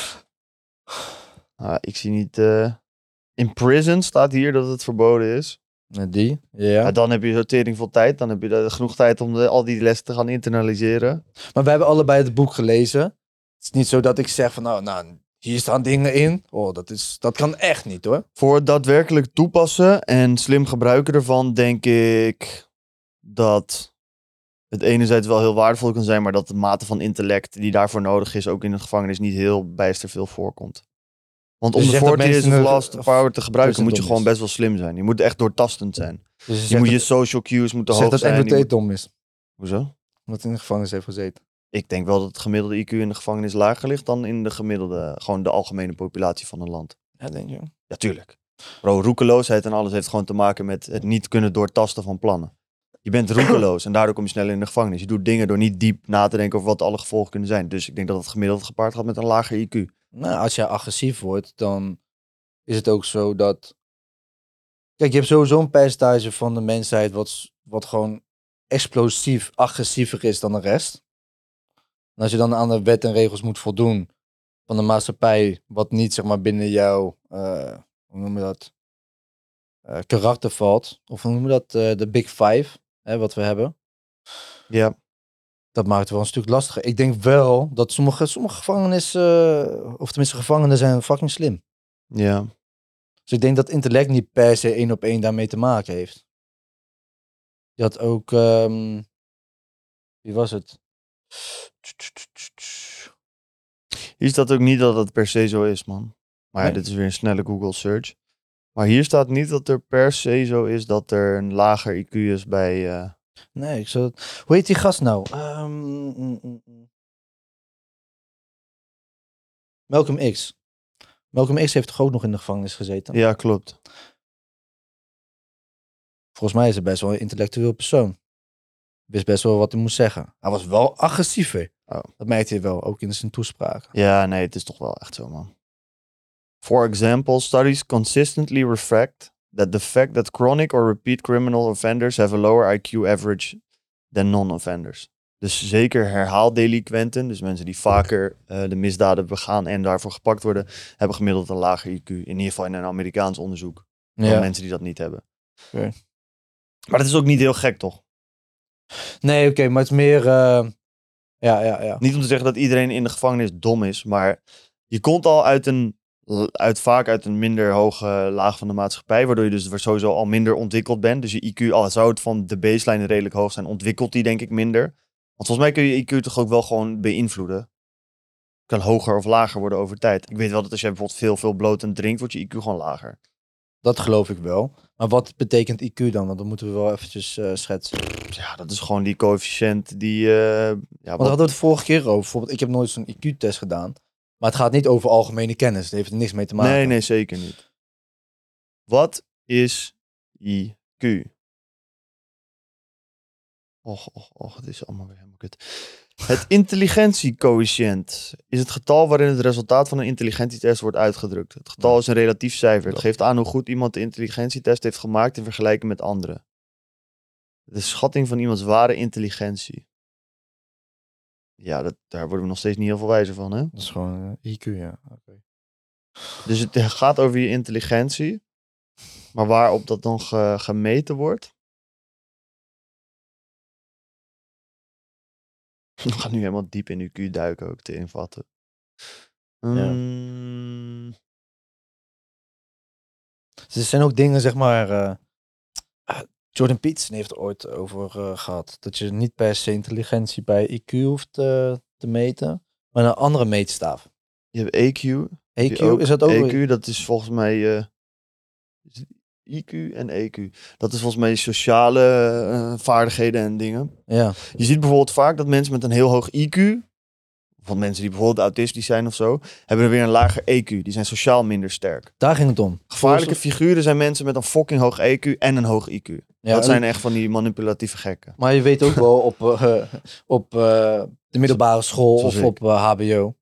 Ah, ik zie niet... eh, In prison staat hier dat het verboden is. Ja, die, ja. Ja, dan heb je zo tering veel tijd. Dan heb je er genoeg tijd om de, al die lessen te gaan internaliseren. Maar we hebben allebei het boek gelezen. Het is niet zo dat ik zeg van, nou, nou hier staan dingen in. Oh, dat, is, dat kan echt niet hoor. Voor het daadwerkelijk toepassen en slim gebruiken ervan, denk ik dat het enerzijds wel heel waardevol kan zijn, maar dat de mate van intellect die daarvoor nodig is, ook in de gevangenis niet heel bijster veel voorkomt. Want Dus om je de zegt dat forty years mensen of een- last of- power te gebruiken, dus moet je dom gewoon is. best wel slim zijn. Je moet echt doortastend zijn. Dus je Je zegt moet je dat, social cues moeten zegt hoog dat zijn. Andrew Je Tate moet- dom is. Hoezo? Omdat hij in de gevangenis heeft gezeten. Ik denk wel dat het gemiddelde I Q in de gevangenis lager ligt dan in de gemiddelde, gewoon de algemene populatie van een land. Ja, denk je. Ja, tuurlijk. Bro, roekeloosheid en alles heeft gewoon te maken met het niet kunnen doortasten van plannen. Je bent roekeloos en daardoor kom je sneller in de gevangenis. Je doet dingen door niet diep na te denken over wat alle gevolgen kunnen zijn. Dus ik denk dat het gemiddeld gepaard gaat met een lager I Q. Nou, als je agressief wordt, dan is het ook zo dat... Kijk, je hebt sowieso een percentage van de mensheid wat, wat gewoon explosief agressiever is dan de rest. En als je dan aan de wet en regels moet voldoen van de maatschappij, wat niet zeg maar binnen jouw, uh, hoe noem je dat, uh, karakter valt. Of hoe noem je dat, uh, de big five, hè, wat we hebben. Ja. Dat maakt het wel een stuk lastiger. Ik denk wel dat sommige, sommige gevangenissen, uh, of tenminste gevangenen zijn fucking slim. Ja. Dus ik denk dat intellect niet per se één op één daarmee te maken heeft. Je had ook, um, wie was het? Hier staat ook niet dat het per se zo is, man. Maar ja, Nee? dit is weer een snelle Google search. Maar hier staat niet dat er per se zo is dat er een lager I Q is bij... Uh... Nee, ik zou het... Hoe heet die gast nou? Um, mm, mm, mm. Malcolm X. Malcolm X heeft toch ook nog in de gevangenis gezeten? Ja, klopt. Volgens mij is hij best wel een intellectueel persoon. Wist best wel wat hij moest zeggen. Hij was wel agressiever. Oh. Dat merkte hij wel, ook in zijn toespraken. Ja, nee, het is toch wel echt zo, man. For example, studies consistently reflect that the fact that chronic or repeat criminal offenders have a lower I Q average than non-offenders. Dus zeker herhaaldelinquenten, dus mensen die vaker uh, de misdaden begaan en daarvoor gepakt worden, hebben gemiddeld een lager I Q. In ieder geval in een Amerikaans onderzoek. Dan Ja. mensen die dat niet hebben. Okay. Maar dat is ook niet heel gek, toch? Nee, oké, okay, maar het is meer... Uh... Ja, ja, ja. Niet om te zeggen dat iedereen in de gevangenis dom is, maar je komt al uit een, uit, vaak uit een minder hoge laag van de maatschappij, waardoor je dus sowieso al minder ontwikkeld bent. Dus je I Q, al zou het van de baseline redelijk hoog zijn, ontwikkelt die denk ik minder. Want volgens mij kun je I Q toch ook wel gewoon beïnvloeden. Kan hoger of lager worden over tijd. Ik weet wel dat als je bijvoorbeeld veel, veel bloot en drinkt, wordt je I Q gewoon lager. Dat geloof ik wel. Maar wat betekent I Q dan? Want dan moeten we wel eventjes uh, schetsen. Ja, dat is gewoon die coëfficiënt die... Uh, ja, Want daar hadden we het vorige keer over. Bijvoorbeeld, ik heb nooit zo'n I Q-test gedaan. Maar het gaat niet over algemene kennis. Dat heeft er niks mee te maken. Nee, nee, zeker niet. Wat is I Q? Och, och, och, het is allemaal weer helemaal kut. Het intelligentiecoëfficiënt is het getal waarin het resultaat van een intelligentietest wordt uitgedrukt. Het getal is een relatief cijfer. Het geeft aan hoe goed iemand de intelligentietest heeft gemaakt in vergelijking met anderen. De schatting van iemands ware intelligentie. Ja, dat, daar worden we nog steeds niet heel veel wijzer van, hè? Dat is gewoon uh, I Q, ja. Okay. Dus het gaat over je intelligentie. Maar waarop dat dan ge, gemeten wordt... We gaan nu helemaal diep in uw Q duiken ook te invatten. Um... Ja. Dus er zijn ook dingen, zeg maar... Uh, Jordan Peterson heeft er ooit over uh, gehad. Dat je niet per se intelligentie bij I Q hoeft uh, te meten. Maar een andere meetstaaf. Je hebt E Q. E Q, is dat ook... E Q, dat is volgens mij... Uh, I Q en E Q. Dat is volgens mij sociale uh, vaardigheden en dingen. Ja. Je ziet bijvoorbeeld vaak dat mensen met een heel hoog I Q, van mensen die bijvoorbeeld autistisch zijn of zo, hebben er weer een lager E Q. Die zijn sociaal minder sterk. Daar ging het om. Gevaarlijke figuren zijn mensen met een fucking hoog E Q en een hoog I Q. Ja, dat zijn echt van die manipulatieve gekken. Maar je weet ook wel op, uh, op uh, de middelbare school Zoals of ik. op uh, H B O.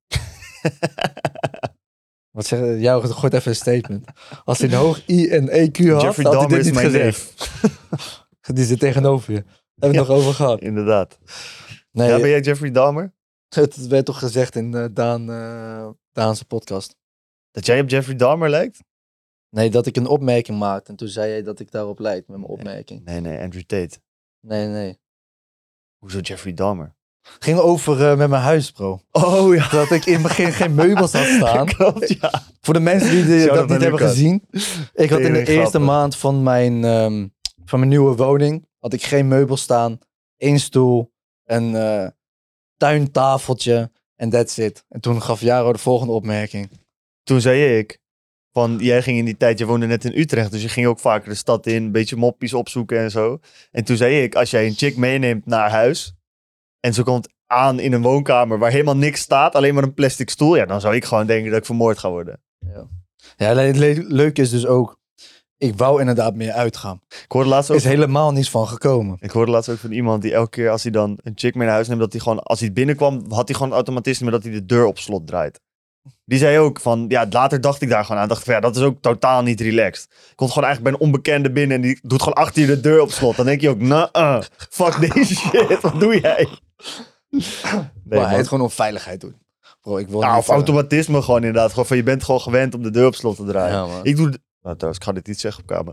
Wat zeg je? Jou gooit even een statement. Als hij een hoog I en E Q had, Jeffrey had hij dit is niet gezegd. Die zit tegenover je. Hebben we het ja, nog over gehad. Inderdaad. Nee, ja, ben jij Jeffrey Dahmer? Het werd toch gezegd in uh, Daan, uh, Daanse podcast. Dat jij op Jeffrey Dahmer lijkt? Nee, dat ik een opmerking maakte. En toen zei jij dat ik daarop lijk met mijn opmerking. Nee, nee, Andrew Tate. Nee, nee. Hoezo Jeffrey Dahmer? Ging over uh, met mijn huis, bro. Oh ja. Dat ik in het begin geen meubels had staan. Klopt, ja. Voor de mensen die de, dat, dat niet hebben gezien. Ik had in de eerste grappig. maand van mijn, um, van mijn nieuwe woning, had ik geen meubels staan. Eén stoel, een uh, tuintafeltje en that's it. En toen gaf Jaro de volgende opmerking. Toen zei ik, van jij ging in die tijd, je woonde net in Utrecht, dus je ging ook vaker de stad in, een beetje moppies opzoeken en zo. En toen zei ik, als jij een chick meeneemt naar huis en ze komt aan in een woonkamer waar helemaal niks staat, alleen maar een plastic stoel, ja, dan zou ik gewoon denken dat ik vermoord ga worden. Ja, ja le- le- leuk is dus ook, ik wou inderdaad meer uitgaan. Ik hoorde laatst ook is helemaal niets van gekomen. Ik hoorde laatst ook van iemand die elke keer als hij dan een chick mee naar huis neemt, dat hij gewoon, als hij binnenkwam, had hij gewoon automatisme dat hij de deur op slot draait. Die zei ook van, ja, later dacht ik daar gewoon aan. Dacht van, ja, dat is ook totaal niet relaxed. Ik komt gewoon eigenlijk bij een onbekende binnen en die doet gewoon achter je de deur op slot. Dan denk je ook, nah, fuck deze shit, wat doe jij? Nee, maar hij het gewoon om veiligheid doen. Bro, ik wil nou, niet of automatisme gewoon inderdaad. Gewoon van, je bent gewoon gewend om de deur op slot te draaien. Ja, ik doe... De... Nou, trouwens, ik ga dit niet zeggen op camera.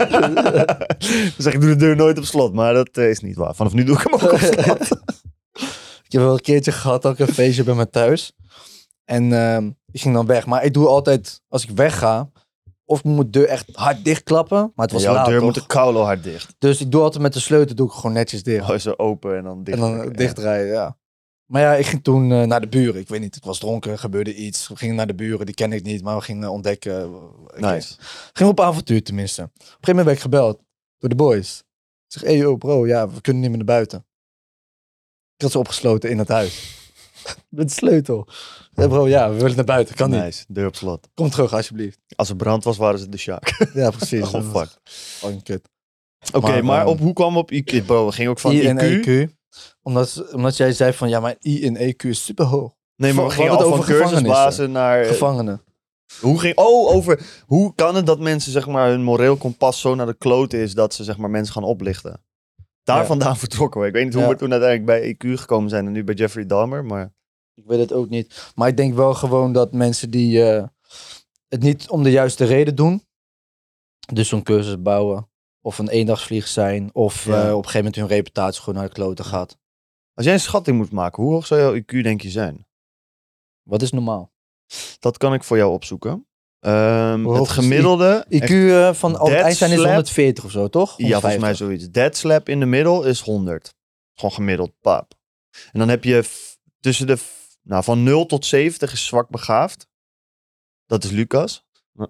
Dan zeg ik, doe de deur nooit op slot. Maar dat uh, is niet waar. Vanaf nu doe ik hem ook op slot. Ik heb wel een keertje gehad, ook een feestje bij me thuis. En uh, ik ging dan weg. Maar ik doe altijd, als ik wegga, of ik moet de deur echt hard dichtklappen. Maar het was Jouw laat, deur toch? moet de koulo hard dicht. Dus ik doe altijd met de sleutel, doe ik gewoon netjes dicht. Oh, zo open en dan dicht. En dan dichtdraaien, ja. ja. Maar ja, ik ging toen uh, naar de buren. Ik weet niet, het was dronken, gebeurde iets. We gingen naar de buren, die ken ik niet, maar we gingen ontdekken. Okay. Nice. Gingen op avontuur tenminste. Op een gegeven moment werd ik gebeld door de boys. Ik zeg, hey yo bro, ja, we kunnen niet meer naar buiten. Ik had ze opgesloten in het huis. Met de sleutel. Ja bro, ja, we willen naar buiten, kan nice. niet. Deur op slot. Kom terug alsjeblieft. Als er brand was, waren ze de Sjaak. Ja, precies. Oh, fuck. Oh, een kut. Oké, okay, maar, maar um, op, hoe kwam op I Q? Bro, we gingen ook van I I Q. en E Q. Omdat, omdat jij zei van, ja, maar I en E Q is super hoog. Nee, maar we, we gingen al van cursusbazen naar... Gevangenen. Hoe ging... Oh, over... Hoe kan het dat mensen, zeg maar, hun moreel kompas zo naar de klote is dat ze, zeg maar, mensen gaan oplichten? Daar ja. vandaan vertrokken we. Ik weet niet hoe ja. we toen uiteindelijk bij I Q gekomen zijn en nu bij Jeffrey Dahmer, maar... Ik weet het ook niet. Maar ik denk wel gewoon dat mensen die uh, het niet om de juiste reden doen, dus zo'n cursus bouwen, of een eendagsvlieg zijn, of ja. uh, op een gegeven moment hun reputatie gewoon naar de klote gaat. Als jij een schatting moet maken, hoe hoog zou jouw I Q denk je zijn? Wat is normaal? Dat kan ik voor jou opzoeken. Um, het gemiddelde... I Q uh, van Albert Einstein is honderdveertig of zo, toch? honderdvijftig. Ja, volgens mij zoiets. Dead slap in de middel is honderd. Gewoon gemiddeld, pap. En dan heb je f- tussen de... F- nou, van nul tot zeventig is zwak begaafd. Dat is Lucas.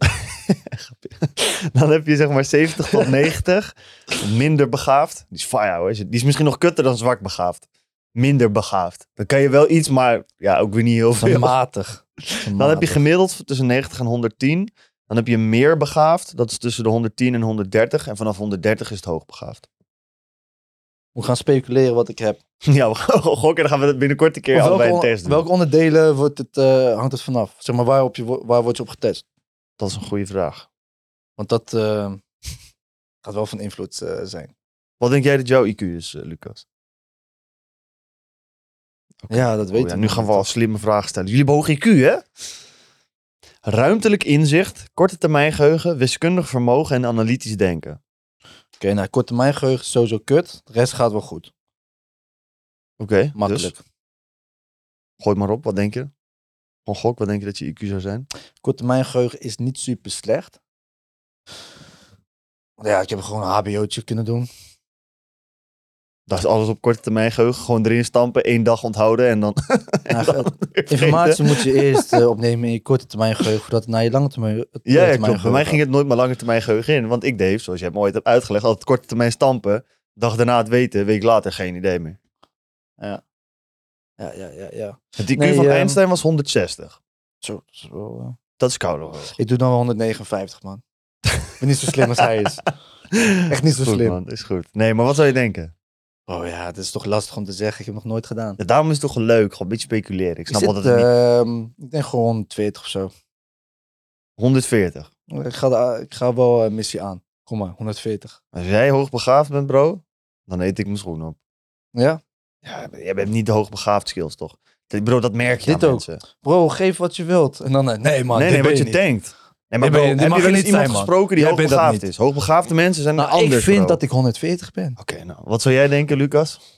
Dan heb je zeg maar zeventig tot negentig. Minder begaafd. Die is fire hoor. Die is misschien nog kutter dan zwak begaafd. Minder begaafd. Dan kan je wel iets, maar ja, ook weer niet heel veel. Matig. Dan heb je gemiddeld tussen negentig en honderdtien. Dan heb je meer begaafd. Dat is tussen de honderdtien en honderddertig. En vanaf honderddertig is het hoogbegaafd. We gaan speculeren wat ik heb. Ja, we gaan gokken. Dan gaan we het binnenkort een keer welke, allebei een test doen. Welke onderdelen wordt het, uh, hangt het vanaf? Zeg maar, waar, op je, waar word je op getest? Dat is een goede vraag. Want dat uh, gaat wel van invloed uh, zijn. Wat denk jij dat jouw I Q is, uh, Lucas? Okay. Ja, dat weet ik. Oh, ja, nu gaan we al slimme vragen stellen. Jullie hebben hoog I Q, hè? Ruimtelijk inzicht, korte termijn geheugen, wiskundig vermogen en analytisch denken. Oké, okay, nou, korte termijn geheugen is sowieso kut. De rest gaat wel goed. Oké, okay, makkelijk. Dus. Gooi maar op, wat denk je? Van gok, wat denk je dat je I Q zou zijn? Korte termijn geheugen is niet super slecht. Ja, ik heb gewoon een H B O'tje kunnen doen. Dat is alles op korte termijn geheugen. Gewoon erin stampen, één dag onthouden en dan... en ja, dan informatie moet je eerst uh, opnemen in je korte termijn geheugen, voordat het naar je lange termijn, uh, ja, ja, klopt. Bij mij ging het nooit maar lange termijn geheugen in. Want ik deed, zoals je me ooit hebt uitgelegd, altijd korte termijn stampen. Dag daarna het weten, een week later geen idee meer. Ja. Ja, ja, ja, ja. Het I Q nee, van um, Einstein was honderdzestig. Zo, dat is wel... Uh... Dat is koude hoog. Ik doe dan wel honderdnegenenvijftig, man. Ik ben niet zo slim als hij is. Echt niet zo goed, slim. Man, is goed. Nee, maar wat zou je denken? Oh ja, het is toch lastig om te zeggen. Ik heb het nog nooit gedaan. Ja, daarom is het toch leuk. Gewoon een beetje speculeren. Ik snap is wel het, dat het uh, niet... Ik denk gewoon honderdveertig of zo. honderdveertig? Ik ga, de, ik ga wel een missie aan. Kom maar, honderdveertig. Als jij hoogbegaafd bent, bro, dan eet ik mijn schoen op. Ja? Ja, jij bent niet de hoogbegaafd skills, toch? Bro, dat merk je Dit aan ook. mensen. Bro, geef wat je wilt. En dan, nee man, Nee, nee, wat je niet. denkt. Nee, maar bro, je, heb je wel eens iemand zijn, gesproken die hoogbegaafd is? Hoogbegaafde mensen zijn nou, anders, ik vind bro. dat ik honderdveertig ben. Oké, okay, nou. Wat zou jij denken, Lucas?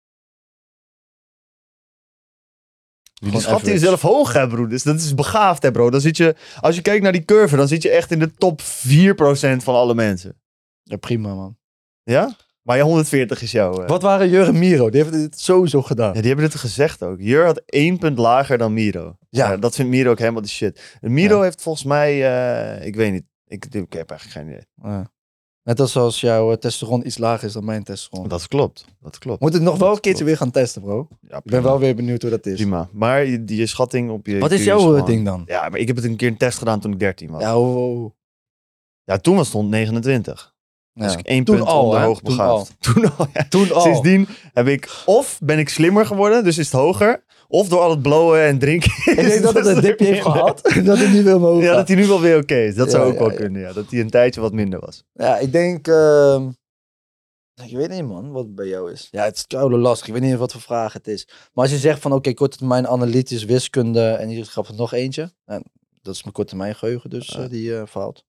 Jullie schatten jezelf hoog, hè, bro. Dus dat is begaafd, hè, bro. Dan zit je, als je kijkt naar die curve, dan zit je echt in de top vier procent van alle mensen. Ja, prima, man. Ja? Maar je honderdveertig is jouw... eh, Wat waren Jur en Miro? Die hebben dit sowieso gedaan. Ja, die hebben het gezegd ook. Jur had één punt lager dan Miro. Ja. Ja, dat vindt Miro ook helemaal de shit. En Miro Ja. heeft volgens mij... eh, ik weet niet. Ik, ik heb eigenlijk geen idee. Ja. Net als als jouw eh, testosteron iets lager is dan mijn testosteron. Dat klopt. Dat klopt. Moet het nog wel een Dat keertje klopt. weer gaan testen, bro. Ja, Ik ben wel weer benieuwd hoe dat is. prima. Maar je, die je schatting op je... Wat is Q jouw eh, gewoon- ding dan? Ja, maar ik heb het een keer een test gedaan toen ik dertien was. Ja, Ja, oh, oh, oh. toen was het honderdnegenentwintig. Ja. Dus ik één Toen punt al, onder hè? hoogbegaafd. Toen al, ja. Toen al. Sindsdien heb ik... Of ben ik slimmer geworden, dus is het hoger. Of door al het blowen en drinken. Ik denk dat het een dipje heeft gehad. Dat het niet wil mogen. Ja, dat hij nu wel weer oké is. Dat Ja, zou ook ja, wel ja. kunnen, ja. Dat hij een tijdje wat minder was. Ja, ik denk... ehm, ik weet niet, man, wat het bij jou is. Ja, het is koude lastig. Ik weet niet wat voor vraag het is. Maar als je zegt van, oké, korte termijn analytisch, wiskunde en hier gaf het nog eentje. En dat is mijn korte termijn geheugen, dus Ja. eh, die eh faalt.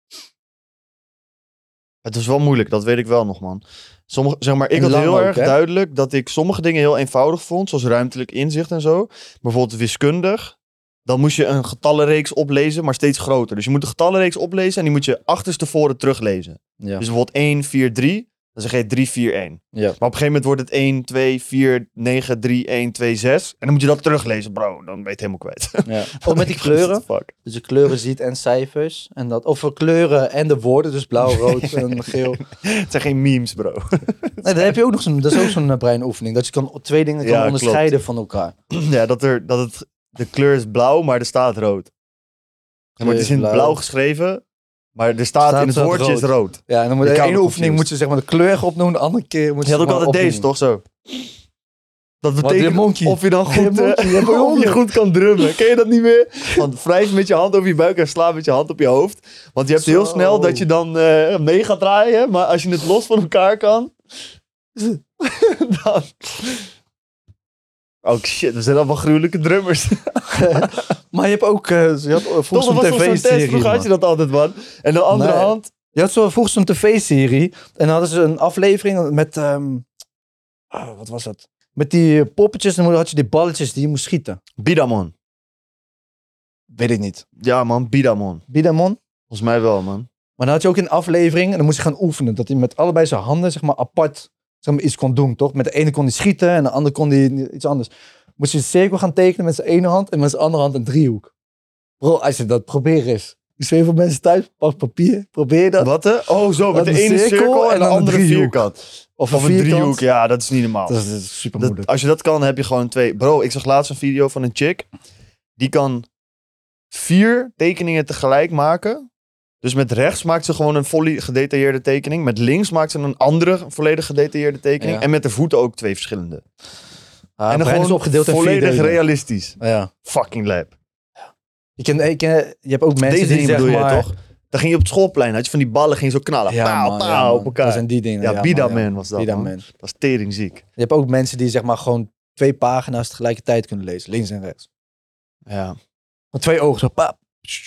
Het is wel moeilijk, dat weet ik wel nog, man. Sommige, zeg maar, ik En had lang heel ook, erg hè? duidelijk dat ik sommige dingen heel eenvoudig vond, zoals ruimtelijk inzicht en zo. Bijvoorbeeld wiskundig. Dan moest je een getallenreeks oplezen, maar steeds groter. Dus je moet de getallenreeks oplezen en die moet je achterstevoren teruglezen. Ja. Dus bijvoorbeeld één, vier, drie. Dan zeg je drie, vier, één. ja. Maar op een gegeven moment wordt het één, twee, vier, negen, drie, één, twee, zes. En dan moet je dat teruglezen, bro. Dan ben je het helemaal kwijt. ja. Ook met die kleuren. Fuck. Dus je kleuren ziet en cijfers. En dat, of voor kleuren en de woorden, dus blauw, rood en geel. Het zijn geen memes, bro. Nee, dan heb je ook nog zo'n, dat is ook zo'n eh, breinoefening. Dat je kan, twee dingen kan Ja, onderscheiden van elkaar. Ja, dat, er, dat het, de kleur is blauw, maar er staat rood. Ja, maar het is in het blauw geschreven, maar er staat, Staat in het zo woordje rood. is rood. Ja, en dan moet Ik de hou ene me oefening confused. moet je zeg maar de kleur opnoemen, de andere keer moet je Je had ook zeg maar altijd deze, opnoemen. toch zo? Dat Wat, betekent de monkey. of je dan De goed, monkey, eh, je hebt of je honderd. goed kan drummen. Ken je dat niet meer? Want wrijf met je hand over je buik en sla met je hand op je hoofd. Want je hebt heel Zo. snel dat je dan eh, mee gaat draaien, maar als je het los van elkaar kan, dan... Oh shit, we zijn allemaal gruwelijke drummers. Maar je hebt ook, eh, je had eh, Toch, vroeger dat zo'n was toch zo'n test. tv-serie. Vroeger had je man. dat altijd, man. En de andere Nee. hand... Je had zo, vroeger zo'n tv-serie en dan hadden ze een aflevering met, ehm, ah, wat was dat? Met die poppetjes en dan had je die balletjes die je moest schieten. Bidamon. Weet ik niet. Ja, man, Bidamon. Bidamon? Volgens mij wel, man. Maar dan had je ook een aflevering en dan moest je gaan oefenen. Dat hij met allebei zijn handen zeg maar apart zeg maar, iets kon doen, toch? Met de ene kon hij schieten en de andere kon hij iets anders. Moest je een cirkel gaan tekenen met zijn ene hand en met zijn andere hand een driehoek. Bro, als je dat probeert eens. Dus heel veel mensen thuis, pak papier, probeer dat. Wat, hè? Oh, zo, met Wat, de een ene cirkel cirkel en en de dan een andere driehoek. vierkant. Of Of een vierkant. driehoek, ja, dat is niet normaal. Dat is, dat is super Dat- moeilijk. als je dat kan, heb je gewoon twee... Bro, ik zag laatst een video van een chick. Die kan vier tekeningen tegelijk maken. Dus met rechts maakt ze gewoon een volledig gedetailleerde tekening. Met links maakt ze een andere volledig gedetailleerde tekening. Ja. En met de voeten ook twee verschillende. Ah, en dan brein gewoon is opgedeeld in vier volledig delen. realistisch. Ja. Fucking lijp. Je, ken, je, ken, je hebt ook mensen Deze die dingen zeg bedoel maar... je toch? Dan ging je op het schoolplein, had je van die ballen, ging je zo knallen. Ja, pauw, man, pauw, ja, man. op elkaar. Dat zijn die dingen. Ja, man, Bidaman ja. was dat, Bidaman. man. Dat is teringziek. Je hebt ook mensen die zeg maar gewoon twee pagina's tegelijkertijd kunnen lezen. Links en rechts. Ja. Met twee ogen zo. Pap.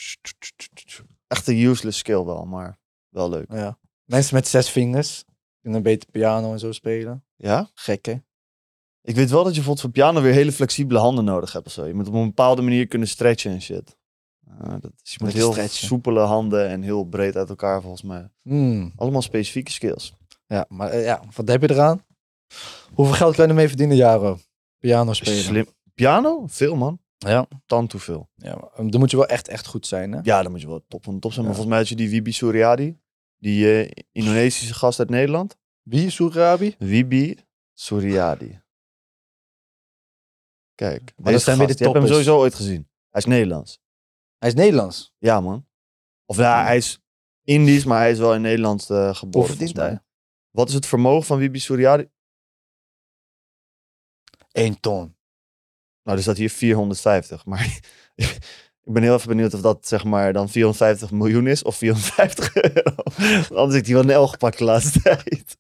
Echt een useless skill wel, maar wel leuk. Ja. Mensen met zes vingers kunnen beter piano en zo spelen. Ja? Gek, hè? Ik weet wel dat je bijvoorbeeld voor piano weer hele flexibele handen nodig hebt of zo. Je moet op een bepaalde manier kunnen stretchen en shit. Uh, dat is, je moet Lekker heel stretchen. soepele handen en heel breed uit elkaar volgens mij. Hmm. Allemaal specifieke skills. Ja, maar eh, ja, wat heb je eraan? Hoeveel geld kan je ermee verdienen, Jaro? Piano spelen. Slim. Piano? Veel man. Ja. Dan te veel. Ja, maar, um, dan moet je wel echt, echt goed zijn, hè? Ja, dan moet je wel top van de top zijn. Maar Ja. volgens mij had je die Wibi Suryadi. Die uh, Indonesische gast uit Nederland. Wie? Soerabi? Wibi Suryadi. Kijk, dat deze zijn weer gast, de je hebt hem toppers. sowieso ooit gezien. Hij is Nederlands. Hij is Nederlands. Ja, man. Of ja, hij is Indisch, maar hij is wel in Nederland uh, geboren. Hoe verdient volgens mij. hij? Wat is het vermogen van Wibi Suryadi? Eén ton. Nou, er staat hier vierhonderdvijftig. Maar ik ben heel even benieuwd of dat zeg maar dan vierhonderdvijftig miljoen is of vierhonderdvijftig euro. Anders heb ik die wel een L gepakt de laatste tijd.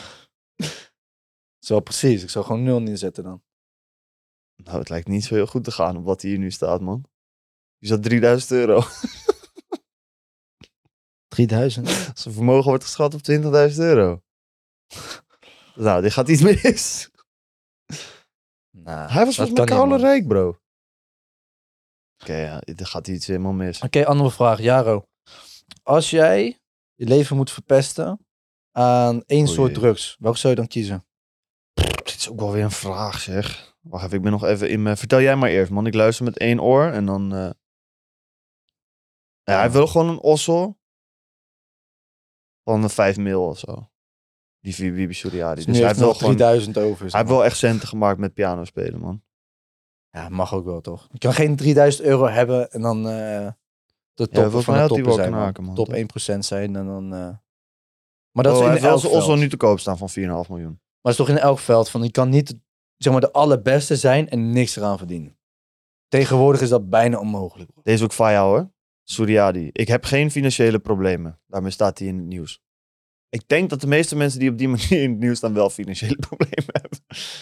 Zo precies. Ik zou gewoon nul neerzetten dan. Nou, het lijkt niet zo heel goed te gaan op wat hier nu staat, man. Hier staat drieduizend euro. drieduizend? Zijn vermogen wordt geschat op twintigduizend euro. Nou, dit gaat iets mis. Nou, Hij was dat volgens mij kan niet, koude man. rijk, bro. Oké, okay, ja, dit gaat iets helemaal mis. Oké, andere vraag. Jaro. Als jij je leven moet verpesten aan één Oh soort jee. drugs. Welke zou je dan kiezen? Dit is ook wel weer een vraag, zeg. Wacht even, ik ben nog even in mijn... Vertel jij maar eerst, man. Ik luister met één oor en dan... Uh... Ja, hij wil gewoon een ossel. Van een vijf mil of zo. Die Wiebe Suryadi. Dus Dus nu hij heeft heeft wel nog gewoon... drieduizend over. Hij zeg heeft maar. wel echt centen gemaakt met piano spelen, man. Ja, mag ook wel, toch? Je kan geen drieduizend euro hebben en dan uh, de top volgens van mij de had hij toppen wel zijn, man. knaken, man, Top toch? één procent zijn en dan... Uh... Maar dat Oh, is hij in heeft wel elk zijn veld. ossel nu te koop staan van vier komma vijf miljoen. Maar het is toch in elk veld van, je kan niet zeg maar, de allerbeste zijn en niks eraan verdienen. Tegenwoordig is dat bijna onmogelijk. Deze is ook van jou, hoor. Suryadi. Ik heb geen financiële problemen. Daarmee staat hij in het nieuws. Ik denk dat de meeste mensen die op die manier in het nieuws staan wel financiële problemen hebben.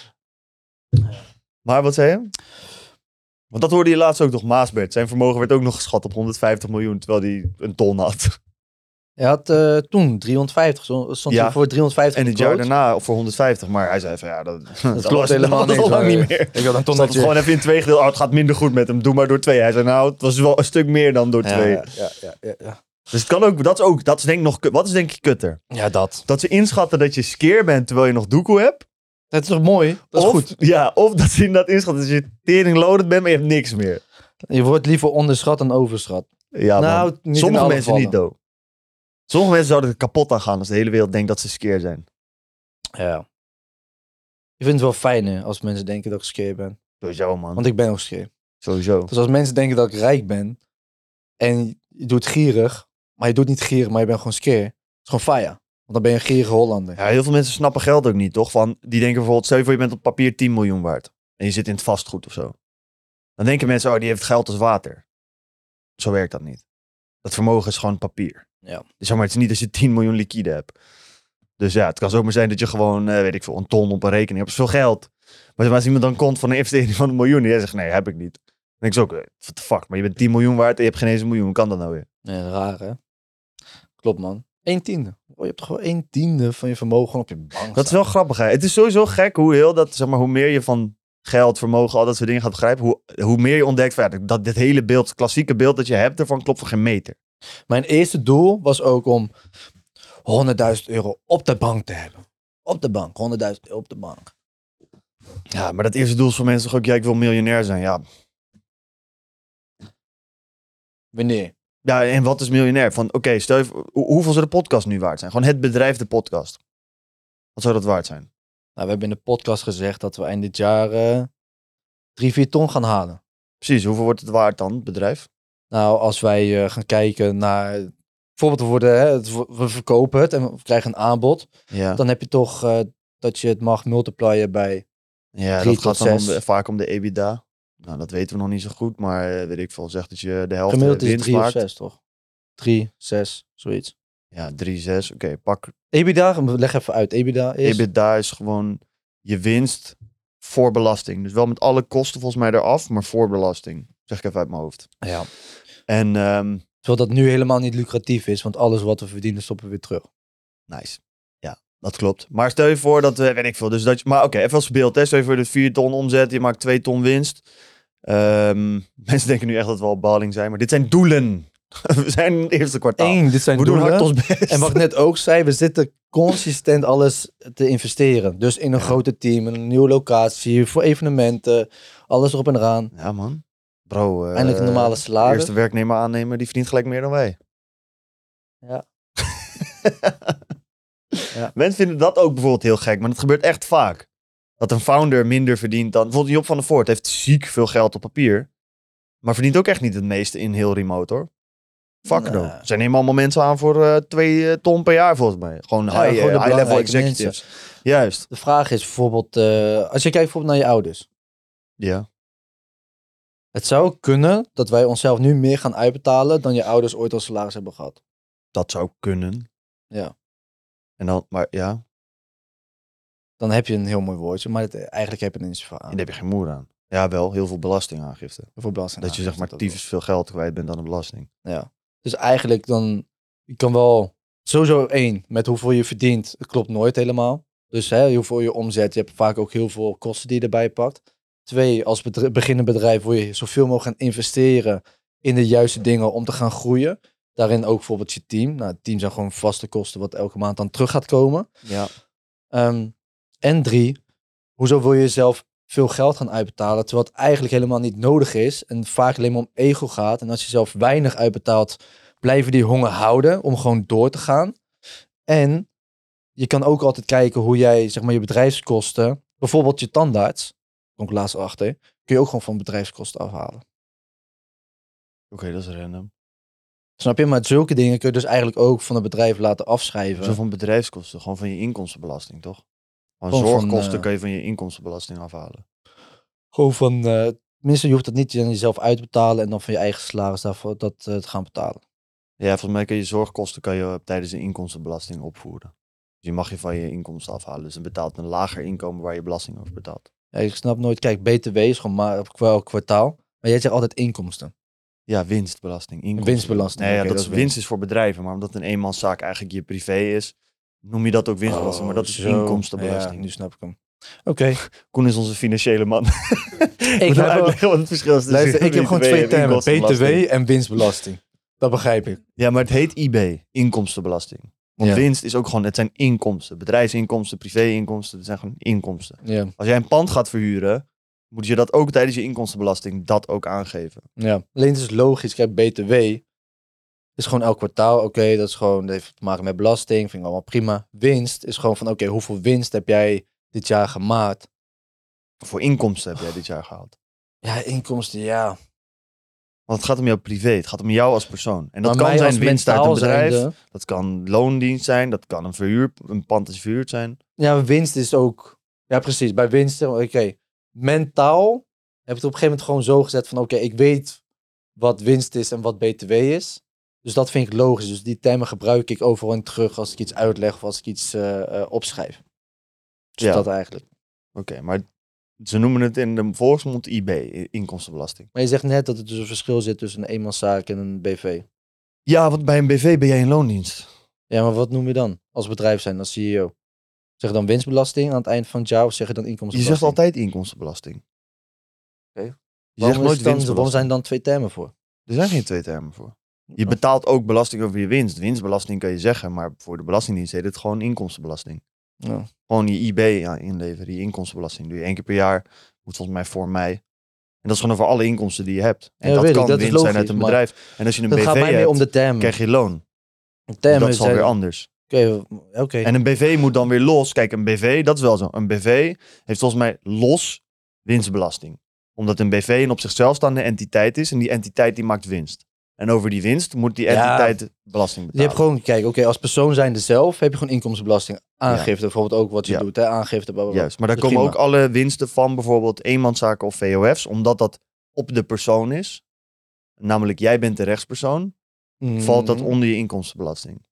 Maar wat zei je? Want dat hoorde je laatst ook nog, Maasbert. Zijn vermogen werd ook nog geschat op honderdvijftig miljoen, terwijl hij een ton had. Hij had uh, toen driehonderdvijftig, stond Ja. hij voor driehonderdvijftig En het jaar daarna voor honderdvijftig, maar hij zei van ja, dat, dat, klopt was, helemaal dat was niet, al lang hoor. niet meer. Ik wil een Zat het tonnetje. gewoon even in twee gedeeld. Oh, het gaat minder goed met hem, doe maar door twee. Hij zei nou, het was wel een stuk meer dan door Ja, twee. ja, ja, ja, ja, ja. Dus het kan ook, dat is ook, dat is denk ik nog, wat is denk je kutter? Ja, dat. Dat ze inschatten dat je skeer bent terwijl je nog doekoe hebt. Dat is toch mooi? Dat is of, goed. Ja, of dat ze inderdaad inschatten dat je tering loaded bent, maar je hebt niks meer. Je wordt liever onderschat dan overschat. Ja, Nou, man. niet in Sommige alle mensen gevallen. niet, though. Sommige mensen zouden er kapot aan gaan als de hele wereld denkt dat ze skeer zijn. Ja. Ik vind het wel fijn hè, als mensen denken dat ik skeer ben. Sowieso, man. Want ik ben ook skeer. Sowieso. Dus als mensen denken dat ik rijk ben en je doet gierig, maar je doet niet gierig, maar je bent gewoon skeer. Het is gewoon fire. Want dan ben je een gierige Hollander. Ja, heel veel mensen snappen geld ook niet, toch? Van, die denken bijvoorbeeld, stel je voor je bent op papier tien miljoen waard. En je zit in het vastgoed of zo. Dan denken mensen, oh, die heeft geld als water. Zo werkt dat niet. Dat vermogen is gewoon papier. Ja. Dus zeg maar, het is niet als je tien miljoen liquide hebt. Dus ja, het kan zomaar zijn dat je gewoon, uh, weet ik veel, een ton op een rekening hebt. Dat is veel geld. Maar als iemand dan komt van een investering van een miljoen, en jij zegt, nee, heb ik niet. Dan denk ik zo ook, what the fuck, maar je bent tien miljoen waard en je hebt geen eens een miljoen. Hoe kan dat nou weer? Ja, raar hè? Klopt man. Eén tiende. Oh, je hebt toch gewoon één tiende van je vermogen gewoon op je bank Dat is staan. wel grappig, hè? Het is sowieso gek hoe heel dat, zeg maar, hoe meer je van geld, vermogen, al dat soort dingen gaat begrijpen, hoe, hoe meer je ontdekt van, ja, dat dit hele beeld, het klassieke beeld dat je hebt ervan, klopt voor geen meter. Mijn eerste doel was ook om honderdduizend euro op de bank te hebben. Op de bank. honderdduizend euro op de bank. Ja, maar dat eerste doel is voor mensen toch ook, ja, ik wil miljonair zijn. Ja, Wanneer? ja en wat is miljonair? Van, oké, okay, stel je voor, hoe- hoeveel zou de podcast nu waard zijn? Gewoon het bedrijf, de podcast. Wat zou dat waard zijn? Nou, we hebben in de podcast gezegd dat we eind dit jaar uh, drie, vier ton gaan halen. Precies, hoeveel wordt het waard dan, het bedrijf? Nou, als wij uh, gaan kijken naar... Bijvoorbeeld, we, worden, hè, het, we verkopen het en we krijgen een aanbod. Ja, Dan heb je toch uh, dat je het mag multiplyen bij... ja drie dat gaat tot dan om zes. de, vaak om de EBITDA. Nou, dat weten we nog niet zo goed, maar uh, weet ik veel, zegt dat je de helft Gemiddeld is het winst drie of maakt. zes, toch? Drie, zes, zoiets. Ja, drie, zes, oké, okay, pak. EBITDA, leg even uit. EBITDA is... EBITDA is gewoon je winst voor belasting. Dus wel met alle kosten volgens mij eraf, maar voor belasting. Zeg ik even uit mijn hoofd. Ja. En, um, Terwijl dat nu helemaal niet lucratief is, want alles wat we verdienen stoppen we weer terug. nice. Ja, dat klopt. Maar stel je voor dat, uh, weet ik veel, dus dat je, maar oké, okay, even als beeld. Hè. Stel je voor dat vier ton omzet, je maakt twee ton winst. Um, mensen denken nu echt dat we al baling zijn, maar dit zijn doelen. We zijn in het eerste kwartaal. Eén, dit zijn we doen doelen. hard ons best. En wat ik net ook zei, we zitten consistent alles te investeren. Dus in een Ja. grote team, in een nieuwe locatie, voor evenementen, alles erop en eraan. Ja, man. Bro, uh, Eindelijk een normale de salaris. eerste werknemer aannemen, die verdient gelijk meer dan wij. Ja. Ja. Mensen vinden dat ook bijvoorbeeld heel gek, maar dat gebeurt echt vaak. Dat een founder minder verdient dan... Bijvoorbeeld Job van der Voort heeft ziek veel geld op papier, maar verdient ook echt niet het meeste in heel remote, hoor. Fuck Nee. no. Zij nemen allemaal mensen aan voor uh, twee uh, ton per jaar, volgens mij. Gewoon Ja, high, gewoon de uh, high-level belangrijke executives. Juist. De vraag is bijvoorbeeld, uh, als je kijkt bijvoorbeeld naar je ouders. Ja. Het zou kunnen dat wij onszelf nu meer gaan uitbetalen dan je ouders ooit als salaris hebben gehad. Dat zou kunnen. Ja. En dan, maar ja, Dan heb je een heel mooi woordje, maar het, eigenlijk heb je er niet zoveel aan. daar heb je geen moer aan. Ja, wel, heel veel belastingaangifte. Voor belasting. Dat je zeg maar tyfus veel geld kwijt bent aan de belasting. Ja. Dus eigenlijk dan, je kan wel, sowieso één, met hoeveel je verdient, het klopt nooit helemaal. Dus hè, hoeveel je omzet, je hebt vaak ook heel veel kosten die je erbij pakt. Twee, als bedrijf, beginnend bedrijf wil je zoveel mogelijk gaan investeren in de juiste dingen om te gaan groeien. Daarin ook bijvoorbeeld je team. Nou, het team zijn gewoon vaste kosten wat elke maand dan terug gaat komen. Ja. Um, en drie, hoezo wil je jezelf veel geld gaan uitbetalen, terwijl het eigenlijk helemaal niet nodig is en vaak alleen maar om ego gaat. En als je zelf weinig uitbetaalt, blijven die honger houden om gewoon door te gaan. En je kan ook altijd kijken hoe jij, zeg maar, je bedrijfskosten, bijvoorbeeld je tandarts, kom ik laatst achter, kun je ook gewoon van bedrijfskosten afhalen. Oké, okay, dat is random. Snap je? Maar zulke dingen kun je dus eigenlijk ook van het bedrijf laten afschrijven. Zo van bedrijfskosten, gewoon van je inkomstenbelasting, toch? Gewoon Gewoon zorgkosten van, uh, kan je van je inkomstenbelasting afhalen. Gewoon van, uh, tenminste je hoeft het niet aan jezelf uit te betalen en dan van je eigen salaris daarvoor dat uh, te gaan betalen. Ja, volgens mij kan je zorgkosten kan je uh, tijdens de inkomstenbelasting opvoeren. Dus die mag je van je inkomsten afhalen. Dus dan betaalt een lager inkomen waar je belasting over betaalt. Ja, ik snap nooit, kijk, B T W is gewoon maar wel kwartaal, maar jij zegt altijd inkomsten. Ja, winstbelasting. Inkomsten. Winstbelasting. Nee, ja, okay, dat, dat is winst is voor bedrijven, maar omdat een eenmanszaak eigenlijk je privé is, noem je dat ook winstbelasting, oh, maar dat is zo. Inkomstenbelasting. Ja, nu snap ik hem. Oké. Okay. Koen is onze financiële man. Ik heb uitleggen wat het verschil is. Luister, ik heb gewoon twee termen, B T W en winstbelasting. Dat begrijp ik. Ja, maar het heet I B, inkomstenbelasting. Want ja. winst is ook gewoon, het zijn inkomsten. Bedrijfsinkomsten, privéinkomsten, dat zijn gewoon inkomsten. Ja. Als jij een pand gaat verhuren, moet je dat ook tijdens je inkomstenbelasting dat ook aangeven. Ja, alleen het is logisch. Kijk, B T W is gewoon elk kwartaal. Oké, okay, dat is gewoon, dat heeft te maken met belasting. Vind ik allemaal prima. Winst is gewoon van, oké, okay, hoeveel winst heb jij dit jaar gemaakt? Voor inkomsten heb jij dit jaar gehaald? Ja, inkomsten, ja. Want het gaat om jouw privé, het gaat om jou als persoon. En dat maar kan zijn winst uit een bedrijf, zijnde, dat kan loondienst zijn, dat kan een verhuur, een pand is verhuurd zijn. Ja, winst is ook, ja precies, bij winst, oké, okay. Mentaal heb ik het op een gegeven moment gewoon zo gezet van, oké, okay, ik weet wat winst is en wat B T W is. Dus dat vind ik logisch. Dus die termen gebruik ik overal in terug als ik iets uitleg of als ik iets uh, uh, opschrijf. Dus ja. Dat eigenlijk. Oké, okay, maar ze noemen het in de volksmond I B, inkomstenbelasting. Maar je zegt net dat er dus een verschil zit tussen een eenmanszaak en een B V. Ja, want bij een B V ben jij in loondienst. Ja, maar wat noem je dan als bedrijf zijn, als C E O? Zeg je dan winstbelasting aan het eind van het jaar of zeg je dan inkomstenbelasting? Je zegt altijd inkomstenbelasting. Oké. Okay. Je zegt nooit winstbelasting. Waarom zijn er dan twee termen voor? Er zijn geen twee termen voor. Je betaalt ook belasting over je winst. Winstbelasting kan je zeggen, maar voor de Belastingdienst heet het gewoon inkomstenbelasting. Ja. Gewoon je I B ja, inleveren, je inkomstenbelasting. Doe je één keer per jaar, moet volgens mij voor mij. En dat is gewoon over alle inkomsten die je hebt. En ja, dat kan ik, dat winst logisch, zijn uit een bedrijf. En als je een B V hebt, om de krijg je loon. Dus dat is alweer zijn... anders. Oké. Okay, okay. En een B V moet dan weer los. Kijk, een B V, dat is wel zo. Een B V heeft volgens mij los winstbelasting. Omdat een B V een op zichzelf staande entiteit is. En die entiteit die maakt winst. En over die winst moet die entiteit ja, belasting betalen. Je hebt gewoon, kijk, oké, okay, als persoon zijnde zelf heb je gewoon inkomstenbelasting aangifte. Ja. Bijvoorbeeld ook wat je ja. doet, hè, aangifte. Blablabla. Juist, maar daar komen prima. Ook alle winsten van bijvoorbeeld eenmanszaken of V O F's. Omdat dat op de persoon is. Namelijk, jij bent de rechtspersoon. Mm. Valt dat onder je inkomstenbelasting.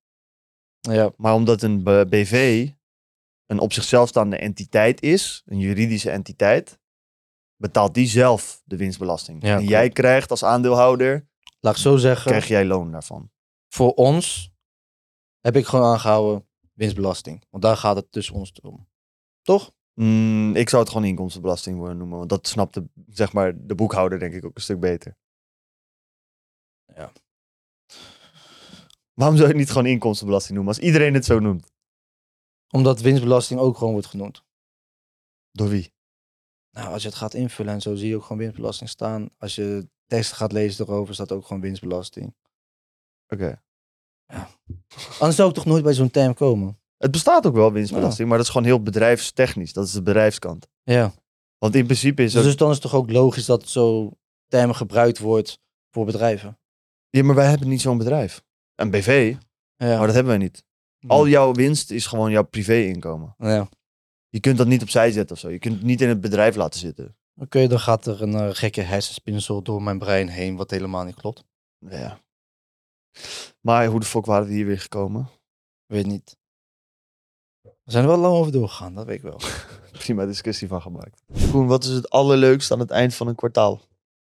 Ja. Maar omdat een B V een op zichzelf staande entiteit is, een juridische entiteit, betaalt die zelf de winstbelasting. Ja, en jij klopt. Krijgt als aandeelhouder, laat ik zo zeggen, krijg jij loon daarvan. Voor ons heb ik gewoon aangehouden winstbelasting. Want daar gaat het tussen ons om. Toch? Mm, ik zou het gewoon inkomstenbelasting willen noemen. Want dat snapt de, zeg maar, de boekhouder denk ik ook een stuk beter. Ja. Waarom zou je het niet gewoon inkomstenbelasting noemen als iedereen het zo noemt? Omdat winstbelasting ook gewoon wordt genoemd. Door wie? Nou, als je het gaat invullen en zo zie je ook gewoon winstbelasting staan. Als je teksten gaat lezen erover, staat ook gewoon winstbelasting. Oké. Okay. Ja. Anders zou ik toch nooit bij zo'n term komen? Het bestaat ook wel, winstbelasting, ja. Maar dat is gewoon heel bedrijfstechnisch. Dat is de bedrijfskant. Ja. Want in principe is dus, ook... dus dan is het toch ook logisch dat zo termen gebruikt wordt voor bedrijven? Ja, maar wij hebben niet zo'n bedrijf. Een B V, ja. Maar dat hebben wij niet. Nee. Al jouw winst is gewoon jouw privé-inkomen. Ja. Je kunt dat niet opzij zetten of zo. Je kunt het niet in het bedrijf laten zitten. Oké, okay, dan gaat er een uh, gekke hersenspinsel door mijn brein heen, wat helemaal niet klopt. Ja. Maar hoe de fuck waren we hier weer gekomen? Weet niet. We zijn er wel lang over doorgegaan, dat weet ik wel. Prima discussie van gemaakt. Koen, wat is het allerleukste aan het eind van een kwartaal?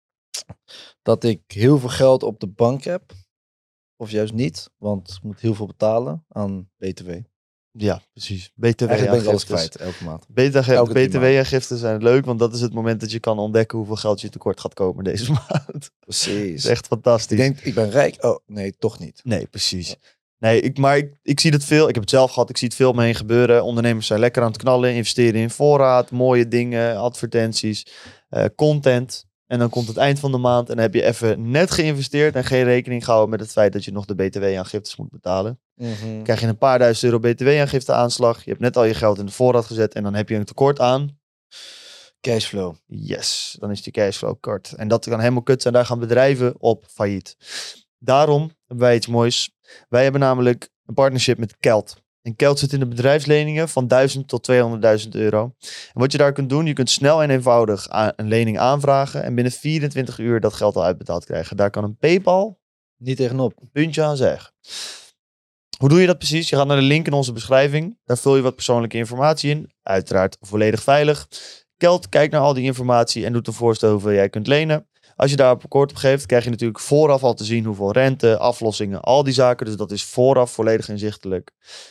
Dat ik heel veel geld op de bank heb. Of juist niet, want ik moet heel veel betalen aan B T W. Ja, precies. B T Eigenlijk ben ik alles W-aangiftes. kwijt, elke maand. B T Elke drie W- B T W-aangiften zijn leuk, want dat is het moment dat je kan ontdekken hoeveel geld je tekort gaat komen deze maand. Dat Precies. is echt fantastisch. Ik denk, ik ben rijk. Oh, nee, toch niet. Nee, precies. Nee, ik, maar ik, ik zie het veel. Ik heb het zelf gehad. Ik zie het veel om me heen gebeuren. Ondernemers zijn lekker aan het knallen. Investeren in voorraad, mooie dingen, advertenties, uh, content. En dan komt het eind van de maand en dan heb je even net geïnvesteerd en geen rekening gehouden met het feit dat je nog de B T W-aangiftes moet betalen. Mm-hmm. Krijg je een paar duizend euro B T W-aangifte aanslag. Je hebt net al je geld in de voorraad gezet en dan heb je een tekort aan. Cashflow. Yes, dan is die cashflow kort. En dat kan helemaal kut zijn. Daar gaan bedrijven op failliet. Daarom hebben wij iets moois. Wij hebben namelijk een partnership met Kelt. En Kelt zit in de bedrijfsleningen van duizend tot tweehonderdduizend euro. En wat je daar kunt doen, je kunt snel en eenvoudig een lening aanvragen en binnen vierentwintig uur dat geld al uitbetaald krijgen. Daar kan een PayPal niet tegenop. Een puntje aan zeggen. Hoe doe je dat precies? Je gaat naar de link in onze beschrijving. Daar vul je wat persoonlijke informatie in. Uiteraard volledig veilig. Kelt kijkt naar al die informatie en doet een voorstel hoeveel jij kunt lenen. Als je daar een akkoord op geeft, krijg je natuurlijk vooraf al te zien hoeveel rente, aflossingen, al die zaken. Dus dat is vooraf volledig inzichtelijk.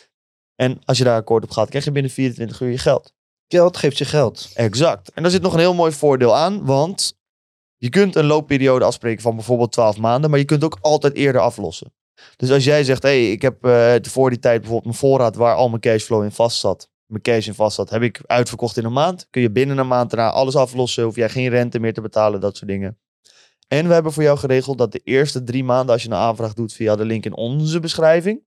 En als je daar akkoord op gaat, krijg je binnen vierentwintig uur je geld. Geld geeft je geld. Exact. En daar zit nog een heel mooi voordeel aan, want je kunt een loopperiode afspreken van bijvoorbeeld twaalf maanden, maar je kunt ook altijd eerder aflossen. Dus als jij zegt, hé, hey, ik heb uh, voor die tijd bijvoorbeeld mijn voorraad waar al mijn cashflow in vast zat, mijn cash in vast zat, heb ik uitverkocht in een maand. Kun je binnen een maand daarna alles aflossen, hoef jij geen rente meer te betalen, dat soort dingen. En we hebben voor jou geregeld dat de eerste drie maanden, als je een aanvraag doet via de link in onze beschrijving,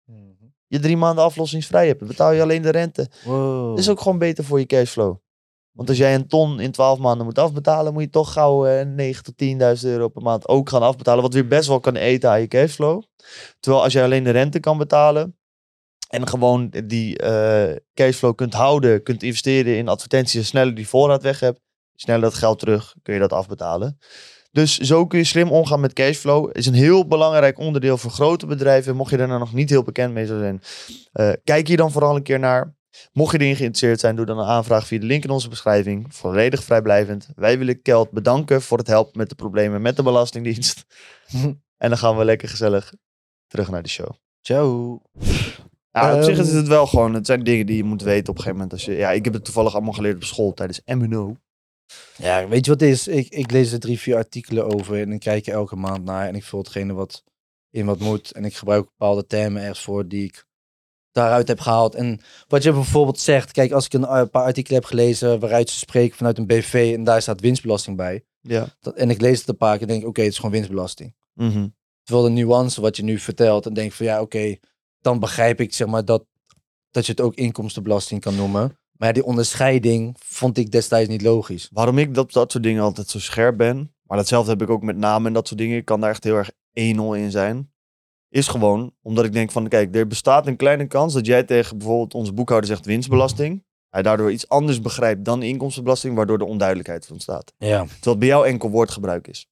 je drie maanden aflossingsvrij hebt. Dan betaal je alleen de rente. Wow. Dat is ook gewoon beter voor je cashflow. Want als jij een ton in twaalf maanden moet afbetalen, moet je toch gauw uh, negen tot tienduizend euro per maand ook gaan afbetalen. Wat weer best wel kan eten aan je cashflow. Terwijl als jij alleen de rente kan betalen en gewoon die uh, cashflow kunt houden, kunt investeren in advertenties en sneller die voorraad weg hebt, sneller dat geld terug, kun je dat afbetalen. Dus zo kun je slim omgaan met cashflow. Is een heel belangrijk onderdeel voor grote bedrijven. Mocht je er nou nog niet heel bekend mee zijn, uh, kijk hier dan vooral een keer naar. Mocht je erin geïnteresseerd zijn, doe dan een aanvraag via de link in onze beschrijving. Volledig vrijblijvend. Wij willen Kelt bedanken voor het helpen met de problemen met de Belastingdienst. En dan gaan we lekker gezellig terug naar de show. Ciao. Nou, op Um, zich is het wel gewoon, het zijn dingen die je moet weten op een gegeven moment. Als je, ja, ik heb het toevallig allemaal geleerd op school tijdens M en O. Ja, weet je wat het is? Ik, ik lees er drie, vier artikelen over en ik kijk er elke maand naar en ik vul hetgene wat in wat moet. En ik gebruik bepaalde termen ergens voor die ik daaruit heb gehaald. En wat je bijvoorbeeld zegt, kijk, als ik een, een paar artikelen heb gelezen waaruit ze spreken vanuit een B V en daar staat winstbelasting bij. Ja. Dat, en ik lees het een paar keer en denk, oké, okay, het is gewoon winstbelasting. Mm-hmm. Terwijl de nuance wat je nu vertelt, dan denk ik van ja, oké, okay, dan begrijp ik zeg maar dat, dat je het ook inkomstenbelasting kan noemen. Maar die onderscheiding vond ik destijds niet logisch. Waarom ik dat, dat soort dingen altijd zo scherp ben, maar datzelfde heb ik ook met namen en dat soort dingen, ik kan daar echt heel erg één nul in zijn, is gewoon omdat ik denk van, kijk, er bestaat een kleine kans dat jij tegen bijvoorbeeld onze boekhouder zegt winstbelasting, hij daardoor iets anders begrijpt dan inkomstenbelasting, waardoor de onduidelijkheid ontstaat. Ja. Terwijl het bij jou enkel woordgebruik is.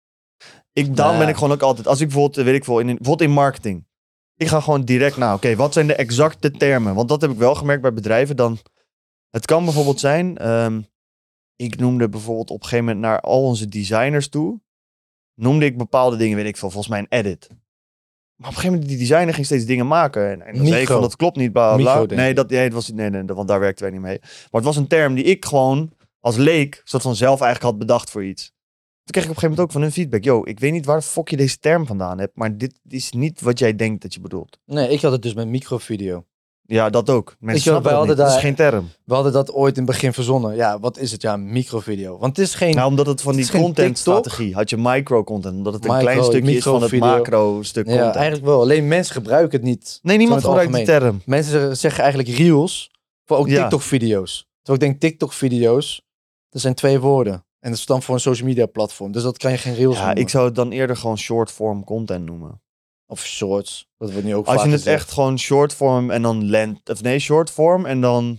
Ik, daarom Ja. ben ik gewoon ook altijd, als ik bijvoorbeeld, weet ik veel, in, bijvoorbeeld in marketing, ik ga gewoon direct naar, oké, okay, wat zijn de exacte termen? Want dat heb ik wel gemerkt bij bedrijven, dan, het kan bijvoorbeeld zijn, um, ik noemde bijvoorbeeld op een gegeven moment naar al onze designers toe, noemde ik bepaalde dingen, weet ik veel, volgens mij een edit. Maar op een gegeven moment, die designer ging steeds dingen maken. En, en dan zei ik van, dat klopt niet, bla bla. Micro, nee, dat, nee, het was, nee, nee, want daar werkten wij niet mee. Maar het was een term die ik gewoon als leek, soort van zelf eigenlijk had bedacht voor iets. Toen kreeg ik op een gegeven moment ook van hun feedback. Yo, ik weet niet waar de fuck je deze term vandaan hebt, maar dit is niet wat jij denkt dat je bedoelt. Nee, ik had het dus met microvideo. Ja, dat ook. Mensen Ik, snappen wij dat niet. hadden Dat is daar- geen term. We hadden dat ooit in het begin verzonnen. Ja, wat is het? Ja, microvideo. Want het is geen... Nou, omdat het van Het die is geen content-strategie had je micro-content. Omdat het een Micro- klein stukje is van het microvideo. macro-stuk ja, content. eigenlijk wel. Alleen mensen gebruiken het niet. Nee, niemand Zo in het gebruikt die term. Mensen zeggen eigenlijk reels voor ook Ja. TikTok-video's. Terwijl ik denk TikTok-video's, dat zijn twee woorden. En dat is dan voor een social media platform. Dus dat kan je geen reels Ja, noemen. ik zou het dan eerder gewoon short-form content noemen. Of shorts. Dat wordt nu ook Als vaak je het gezegd. echt gewoon short-form en dan length... Of nee, short-form en dan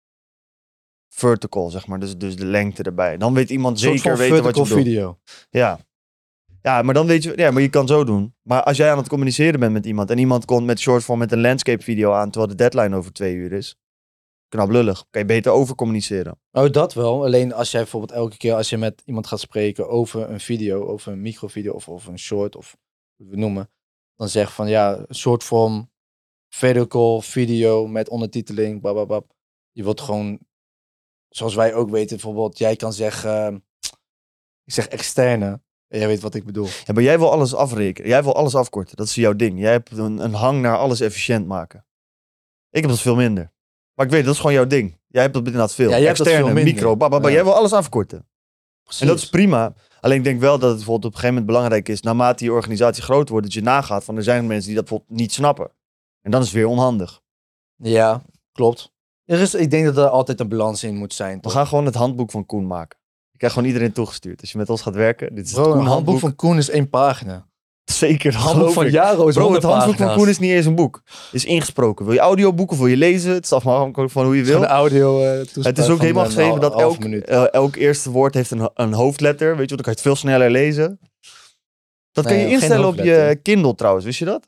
vertical, zeg maar. Dus, dus de lengte erbij. Dan weet iemand Een soort zeker van weten wat je vertical bedoelt. video. Ja. Ja, maar dan weet je... Ja, maar je kan zo doen. Maar als jij aan het communiceren bent met iemand... en iemand komt met short-form met een landscape video aan... terwijl de deadline over twee uur is... knap lullig. Kan je beter over communiceren. Oh, dat wel. Alleen als jij bijvoorbeeld elke keer als je met iemand gaat spreken over een video, over een microvideo of over een short of hoe we het noemen, dan zeg van ja, short form Videocall, video met ondertiteling, bababab. Je wilt gewoon, zoals wij ook weten, bijvoorbeeld, jij kan zeggen, ik zeg externe. En jij weet wat ik bedoel. Ja, maar jij wil alles afrekenen. Jij wil alles afkorten. Dat is jouw ding. Jij hebt een, een hang naar alles efficiënt maken. Ik heb dat veel minder. Maar ik weet, dat is gewoon jouw ding. Jij hebt dat inderdaad veel. Ja, jij hebt dat Externe, veel minder. micro, bababa. Ja. Jij wil alles afkorten. Precies. En dat is prima. Alleen ik denk wel dat het bijvoorbeeld op een gegeven moment belangrijk is, naarmate die organisatie groot wordt, dat je nagaat van er zijn mensen die dat bijvoorbeeld niet snappen. En dan is het weer onhandig. Ja, klopt. Er is, ik denk dat er altijd een balans in moet zijn. We Toch? gaan gewoon het handboek van Koen maken. Ik krijg gewoon iedereen toegestuurd. Als je met ons gaat werken, dit is Bro, het een Koen handboek handboek. van Koen is één pagina. Zeker, dat Het handboek geloof van ik. Jaro is Bro, het honderd handboek van pagina's. Koen is niet eens een boek. Het is ingesproken. Wil je audioboek of wil je lezen? Het is afhankelijk van hoe je wil. Van de audio uh, toespraak Het is ook van helemaal een geschreven hal- dat halve elk, minuut. uh, elk eerste woord heeft een, een hoofdletter. Weet je, dan kan je het veel sneller lezen. Dat kan Nee, je geen instellen op je hoofdletter. Kindle trouwens, wist je dat?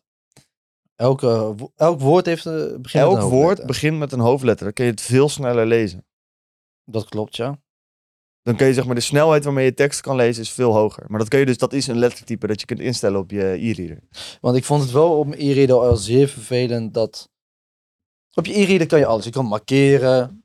Elke, wo- elk woord heeft uh, begint met een Elk hoofdletter. woord begint met een hoofdletter. Dan kun je het veel sneller lezen. Dat klopt, ja. Dan kun je zeg maar de snelheid waarmee je tekst kan lezen is veel hoger. Maar dat kun je dus, dat is een lettertype dat je kunt instellen op je e-reader. Want ik vond het wel op mijn e-reader al zeer vervelend dat... Op je e-reader kan je alles. Je kan markeren.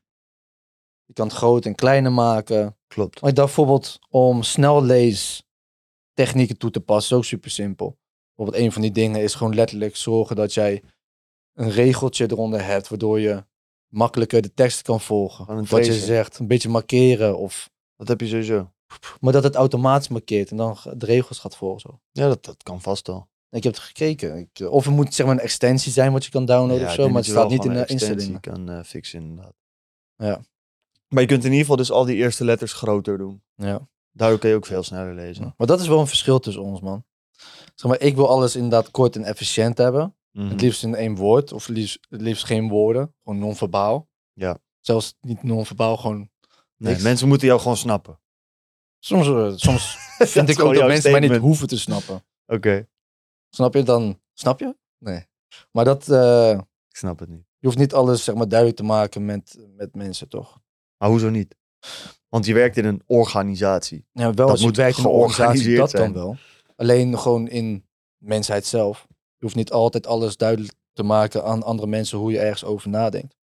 Je kan het groot en kleiner maken. Klopt. Maar ik dacht bijvoorbeeld om snel lees technieken toe te passen, is ook super simpel. Bijvoorbeeld een van die dingen is gewoon letterlijk zorgen dat jij een regeltje eronder hebt, waardoor je makkelijker de tekst kan volgen. Gewoon een Of wat je tracer. zegt, een beetje markeren. Of, Dat heb je sowieso. maar dat het automatisch markeert en dan de regels gaat volgen. Zo. Ja, dat, dat kan vast wel. Ik heb het gekeken. Ik, of het moet zeg maar een extensie zijn wat je kan downloaden Ja, of ik zo, denk maar het dat je staat wel niet in de gewoon een extensie instellingen. kan uh, fixen inderdaad. Ja. Maar je kunt in ieder geval dus al die eerste letters groter doen. Ja. Daardoor kun je ook veel sneller lezen. Ja. Maar dat is wel een verschil tussen ons, man. Zeg maar, ik wil alles inderdaad kort en efficiënt hebben. Mhm. Het liefst in één woord, of het liefst, het liefst geen woorden. Gewoon non-verbaal. Ja. Zelfs niet non-verbaal, gewoon Nee, niks. mensen moeten jou gewoon snappen. Soms, uh, soms Dat vind is ik gewoon ook dat jouw mensen mij niet statement. hoeven te snappen. Oké, Snap je dan? Snap je? Nee. Maar dat, uh, ik snap het niet. je hoeft niet alles zeg maar duidelijk te maken met, met mensen, toch? Maar hoezo niet? Want je werkt in een organisatie. Ja, wel Dat als je moet werkt in een organisatie, georganiseerd dat zijn. kan wel. Alleen gewoon in mensheid zelf. Je hoeft niet altijd alles duidelijk te maken aan andere mensen hoe je ergens over nadenkt.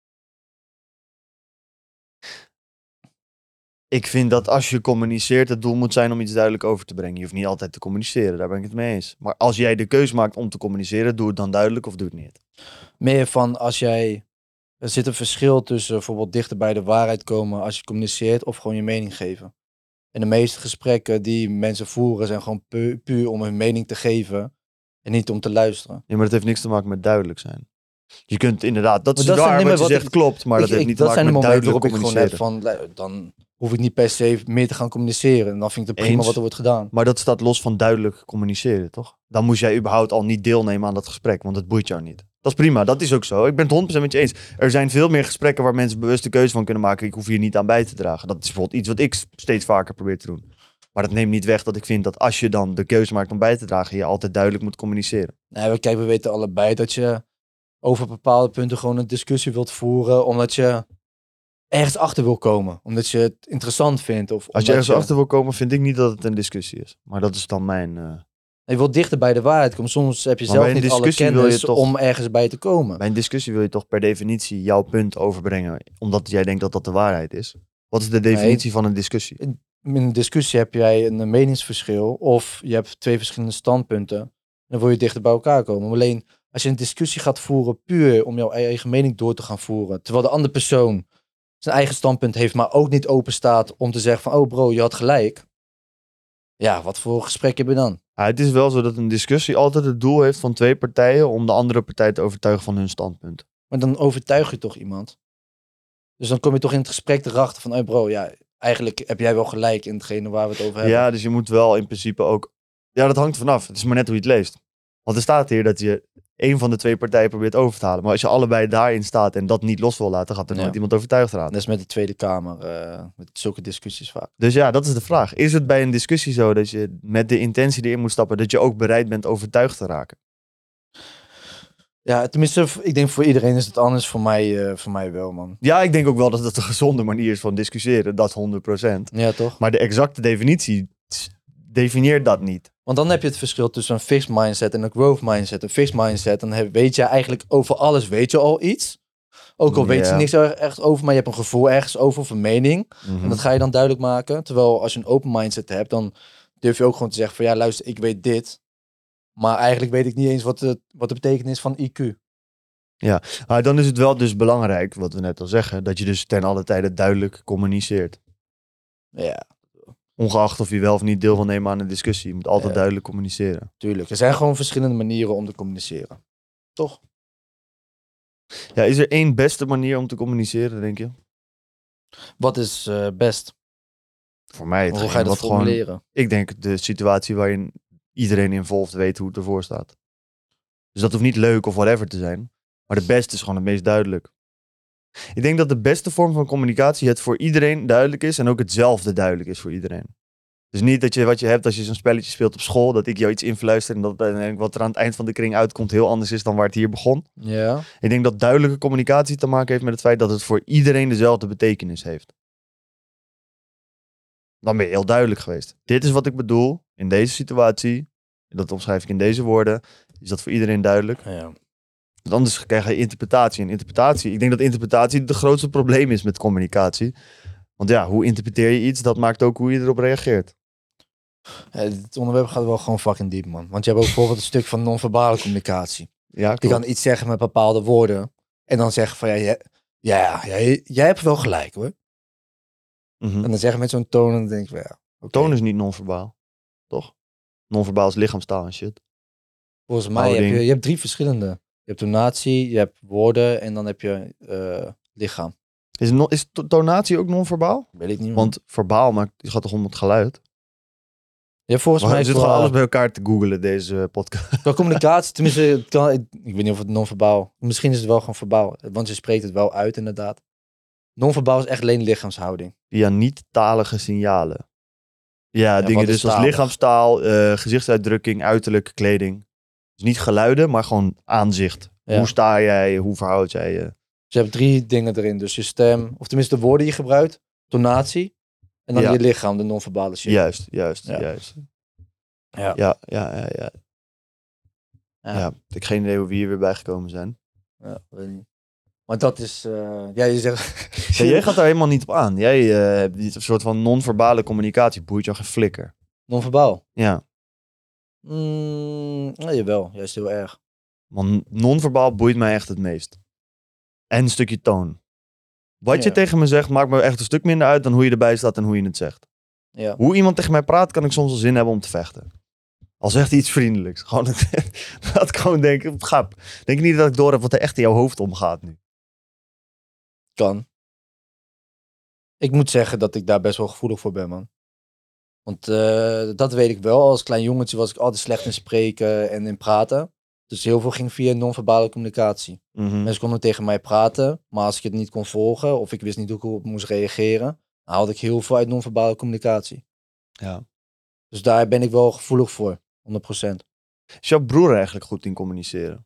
Ik vind dat als je communiceert, het doel moet zijn om iets duidelijk over te brengen. Je hoeft niet altijd te communiceren, daar ben ik het mee eens. Maar als jij de keuze maakt om te communiceren, doe het dan duidelijk of doe het niet. Meer van als jij... Er zit een verschil tussen bijvoorbeeld dichter bij de waarheid komen als je communiceert of gewoon je mening geven. En de meeste gesprekken die mensen voeren zijn gewoon pu- puur om hun mening te geven en niet om te luisteren. Ja, maar dat heeft niks te maken met duidelijk zijn. Je kunt inderdaad, dat is Maar dat zijn waar niet wat je meer wat zegt ik- klopt, maar dat Ik- heeft ik- niet te dat zijn maken de met momenten duidelijk waarop ik gewoon heb communiceren. van, lu- dan hoef ik niet per se meer te gaan communiceren. En dan vind ik het prima Eens. wat er wordt gedaan. Maar dat staat los van duidelijk communiceren, toch? Dan moest jij überhaupt al niet deelnemen aan dat gesprek, want het boeit jou niet. Dat is prima, dat is ook zo. Ik ben het honderd procent met je eens. Er zijn veel meer gesprekken waar mensen bewust de keuze van kunnen maken. Ik hoef hier niet aan bij te dragen. Dat is bijvoorbeeld iets wat ik steeds vaker probeer te doen. Maar dat neemt niet weg dat ik vind dat als je dan de keuze maakt om bij te dragen, je altijd duidelijk moet communiceren. Nee, we, kijk, we weten allebei dat je over bepaalde punten gewoon een discussie wilt voeren, omdat je ergens achter wil komen. Omdat je het interessant vindt. Of Als je omdat ergens achter wil komen, vind ik niet dat het een discussie is. Maar dat is dan mijn... uh, Je wilt dichter bij de waarheid komen. Soms heb je Maar zelf bij een niet alle discussie wil je kennis toch- om ergens bij te komen. Bij een discussie wil je toch per definitie jouw punt overbrengen, omdat jij denkt dat dat de waarheid is. Wat is de definitie van een discussie? In een discussie heb jij een meningsverschil of je hebt twee verschillende standpunten. Dan wil je dichter bij elkaar komen. Maar alleen als je een discussie gaat voeren puur om jouw eigen mening door te gaan voeren, terwijl de andere persoon zijn eigen standpunt heeft, maar ook niet open staat om te zeggen van, oh bro, je had gelijk. Ja, wat voor gesprek heb je dan? Ja, het is wel zo dat een discussie altijd het doel heeft van twee partijen om de andere partij te overtuigen van hun standpunt. Maar dan overtuig je toch iemand? Dus dan kom je toch in het gesprek erachter van, oh bro, ja, eigenlijk heb jij wel gelijk in hetgene waar we het over hebben. Ja, dus je moet wel in principe ook... Ja, dat hangt vanaf. Het is maar net hoe je het leest. Want er staat hier dat je één van de twee partijen probeert over te halen. Maar als je allebei daarin staat en dat niet los wil laten, gaat er Ja. nooit iemand overtuigd raken. Dat is met de Tweede Kamer, eh, met zulke discussies vaak. Dus ja, dat is de vraag. Is het bij een discussie zo dat je met de intentie erin moet stappen, dat je ook bereid bent overtuigd te raken? Ja, tenminste, ik denk voor iedereen is het anders. Voor mij, eh, voor mij wel, man. Ja, ik denk ook wel dat het een gezonde manier is van discussiëren. Dat honderd procent. Ja, toch? Maar de exacte definitie, definieert dat niet. Want dan heb je het verschil tussen een fixed mindset en een growth mindset. Een fixed mindset, dan heb, weet je eigenlijk over alles weet je al iets. Ook al weet je Ja. niks er echt over, maar je hebt een gevoel ergens over of een mening. Mhm. En dat ga je dan duidelijk maken. Terwijl als je een open mindset hebt, dan durf je ook gewoon te zeggen van ja, luister, ik weet dit. Maar eigenlijk weet ik niet eens wat de, wat de betekenis van I Q. Maar dan is het wel dus belangrijk, wat we net al zeggen, dat je dus ten alle tijde duidelijk communiceert. Ja, Ongeacht of je wel of niet deel wil nemen aan een discussie. Je moet altijd Ja. duidelijk communiceren. tuurlijk. Er zijn gewoon verschillende manieren om te communiceren. Toch? Ja, is er één beste manier om te communiceren, denk je? Wat is eh, best? Voor mij, Hoe hetgeen ga je dat wat gewoon, formuleren? ik denk de situatie waarin iedereen involved weet hoe het ervoor staat. Dus dat hoeft niet leuk of whatever te zijn. Maar de beste is gewoon het meest duidelijk. Ik denk dat de beste vorm van communicatie het voor iedereen duidelijk is. En ook hetzelfde duidelijk is voor iedereen. Dus niet dat je wat je hebt als je zo'n spelletje speelt op school. Dat ik jou iets influister en dat uiteindelijk wat er aan het eind van de kring uitkomt heel anders is dan waar het hier begon. Ja. Ik denk dat duidelijke communicatie te maken heeft met het feit dat het voor iedereen dezelfde betekenis heeft. Dan ben je heel duidelijk geweest. Dit is wat ik bedoel in deze situatie. En dat omschrijf ik in deze woorden. Is dat voor iedereen duidelijk? ja. Want anders krijg je interpretatie. En interpretatie, ik denk dat interpretatie het grootste probleem is met communicatie. Want ja, hoe interpreteer je iets, dat maakt ook hoe je erop reageert. Ja, het onderwerp gaat wel gewoon fucking diep, man. Want je hebt ook bijvoorbeeld een stuk van non-verbale communicatie. Ja, Je klopt. kan iets zeggen met bepaalde woorden. En dan zeggen van ja, jij, ja, jij, jij hebt wel gelijk hoor. Mhm. En dan zeggen met zo'n toon en dan denk ik van ja. oké. Toon is niet non-verbaal. Toch? Non-verbaal is lichaamstaal en shit. Volgens mij heb houding. je, je hebt drie verschillende. Je hebt tonatie, je hebt woorden en dan heb je eh, lichaam. Is, no- is to- tonatie ook non-verbaal? Weet ik niet. Man. Want verbaal maakt, het gaat toch om het geluid? je hebt volgens We mij zitten qua, gewoon alles bij elkaar te googlen, deze podcast. qua communicatie, tenminste, het kan, ik, ik weet niet of het non-verbaal. Misschien is het wel gewoon verbaal, want je spreekt het wel uit inderdaad. Non-verbaal is echt alleen lichaamshouding. Via niet-talige signalen. Ja, wat dingen is dus als talig? lichaamstaal, eh, gezichtsuitdrukking, uiterlijk, kleding. Dus niet geluiden, maar gewoon aanzicht. Ja. Hoe sta jij? Hoe verhoud jij je? Dus je hebt drie dingen erin. Dus je stem, of tenminste de woorden die je gebruikt, tonatie. En dan Ja. je lichaam, de non-verbale shit. Juist, juist, Ja. juist. Ja. Ja, ja, ja, ja. Ja. Ja, ik heb geen idee hoe we hier weer bijgekomen zijn. Ja, weet niet. Maar dat is, eh, ja, je zegt... Ja, jij gaat daar helemaal niet op aan. Jij eh, hebt niet een soort van non-verbale communicatie. Boeit jou geen flikker. Non-verbaal. Ja, Mm, nee, jawel, juist heel erg. want non-verbaal boeit mij echt het meest. En een stukje toon. Wat je Ja. tegen me zegt, maakt me echt een stuk minder uit dan hoe je erbij staat en hoe je het zegt. Ja. Hoe iemand tegen mij praat, kan ik soms wel zin hebben om te vechten. Al zegt hij iets vriendelijks. Gewoon, dat ik gewoon denk, het grap. Denk niet dat ik door heb wat er echt in jouw hoofd omgaat nu. Kan. Ik moet zeggen dat ik daar best wel gevoelig voor ben, man. Want eh, dat weet ik wel. Als klein jongetje was ik altijd slecht in spreken en in praten. Dus heel veel ging via non-verbale communicatie. Mhm. Mensen konden tegen mij praten, maar als ik het niet kon volgen of ik wist niet hoe ik op moest reageren, dan haalde ik heel veel uit non-verbale communicatie. Ja. Dus daar ben ik wel gevoelig voor, honderd procent. Is jouw broer eigenlijk goed in communiceren?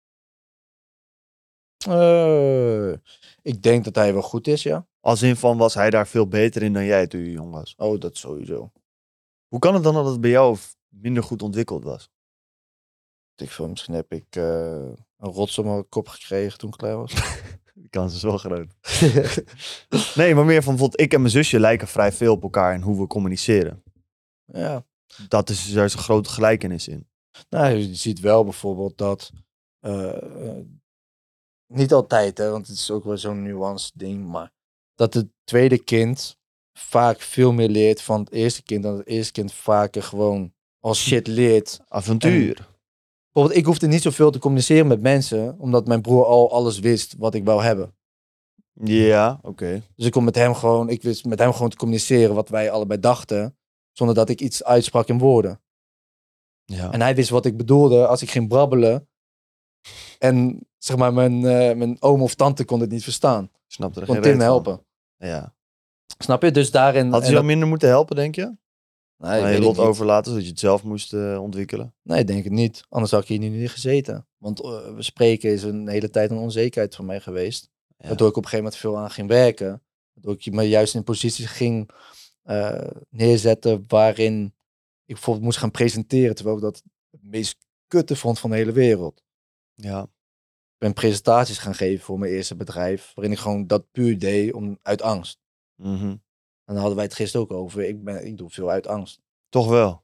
Eh, ik denk dat hij wel goed is, ja. Als in van, was hij daar veel beter in dan jij toen je jong was? Oh, dat sowieso. Hoe kan het dan dat het bij jou minder goed ontwikkeld was? Ik veel, misschien heb ik eh, een rots op mijn kop gekregen toen ik klein was. Die kans is wel groot. Nee, maar meer van bijvoorbeeld, ik en mijn zusje lijken vrij veel op elkaar in hoe we communiceren. Ja. Dat is juist een grote gelijkenis in. Nou, je ziet wel bijvoorbeeld dat, eh, eh, niet altijd, hè, want het is ook wel zo'n nuance ding, maar dat het tweede kind vaak veel meer leert van het eerste kind, dan het eerste kind vaker gewoon als shit leert. Avontuur. Bijvoorbeeld, ik hoefde niet zoveel te communiceren met mensen, omdat mijn broer al alles wist wat ik wou hebben. Ja, oké. Dus ik kon met hem gewoon, ik wist met hem gewoon te communiceren wat wij allebei dachten, zonder dat ik iets uitsprak in woorden. Ja. En hij wist wat ik bedoelde als ik ging brabbelen. En zeg maar, mijn, eh, mijn oom of tante kon het niet verstaan. Ik snapte er Kon geen Tim reet van. helpen. Ja. Snap je? Dus daarin... Had en hij jou dat- minder moeten helpen, denk je? Nee, Nee, weet je ik lot niet. overlaten, zodat je het zelf moest eh, ontwikkelen. Nee, ik denk het niet. Anders had ik hier nu niet gezeten. Want eh, we spreken is een hele tijd een onzekerheid van mij geweest. Ja. Waardoor ik op een gegeven moment veel aan ging werken. Waardoor ik me juist in posities ging eh, neerzetten waarin ik bijvoorbeeld moest gaan presenteren, terwijl ik dat het meest kutte vond van de hele wereld. Ja. Ik ben presentaties gaan geven voor mijn eerste bedrijf, waarin ik gewoon dat puur deed om, uit angst. Mhm. En dan hadden wij het gisteren ook over. Ik, ben, ik doe veel uit angst. Toch wel.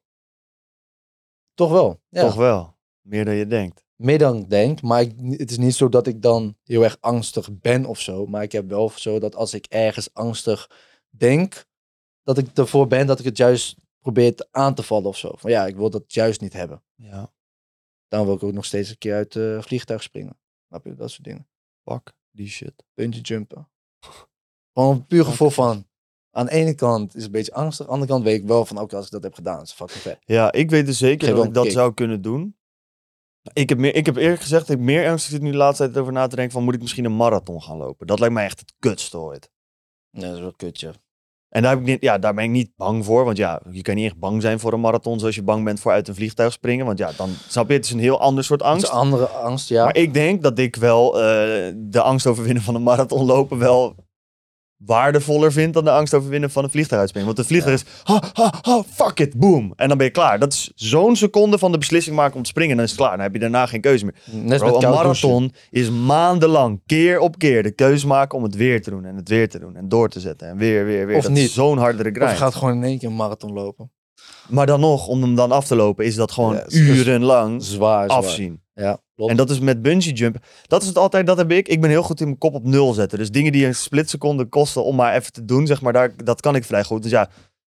Toch wel. Ja. Toch wel. Meer dan je denkt. Meer dan ik denk, maar ik, het is niet zo dat ik dan heel erg angstig ben of zo. Maar ik heb wel zo dat als ik ergens angstig denk, dat ik ervoor ben dat ik het juist probeer te aan te vallen of zo. Van ja, ik wil dat juist niet hebben. Ja. Dan wil ik ook nog steeds een keer uit het uh, vliegtuig springen. Snap je? Dat soort dingen. Fuck die shit. Bungee jumpen. Gewoon puur gevoel van, aan de ene kant is het een beetje angstig, aan de andere kant weet ik wel van, oké, okay, als ik dat heb gedaan, is het fucking vet. Ja, ik weet dus zeker Geef dat wel ik een dat kick. zou kunnen doen. Ik heb, meer, ik heb eerlijk gezegd, ik meer ernstig zit nu de laatste tijd over na te denken van, moet ik misschien een marathon gaan lopen? Dat lijkt mij echt het kutste ooit. Ja, dat is wel kutje. En daar, heb ik niet, ja, daar ben ik niet bang voor. Want ja, je kan niet echt bang zijn voor een marathon zoals je bang bent voor uit een vliegtuig springen. Want ja, dan snap je, het is een heel ander soort Dat angst. is een andere angst, ja. Maar ik denk dat ik wel uh, de angst overwinnen van een marathon lopen wel waardevoller vind dan de angst overwinnen van een vliegtuig uitspringen. Want een vliegtuig Ja. is, ha, ha, ha, fuck it, boom. En dan ben je klaar. Dat is zo'n seconde van de beslissing maken om te springen en dan is het klaar. Dan heb je daarna geen keuze meer. Net Bro, met een koud marathon douchen. is maandenlang, keer op keer, de keuze maken om het weer te doen en het weer te doen en door te zetten en weer, weer, weer. Of dat niet. is zo'n hardere Of grind. je gaat gewoon in één keer een marathon lopen. Maar dan nog, om hem dan af te lopen, is dat gewoon Ja, het is dus urenlang Zwaar, zwaar. afzien. Ja, klopt. En dat is met bungee jump. Dat is het altijd, dat heb ik. Ik ben heel goed in mijn kop op nul zetten. Dus dingen die een splitseconde kosten om maar even te doen, zeg maar, daar, dat kan ik vrij goed. Dus ja,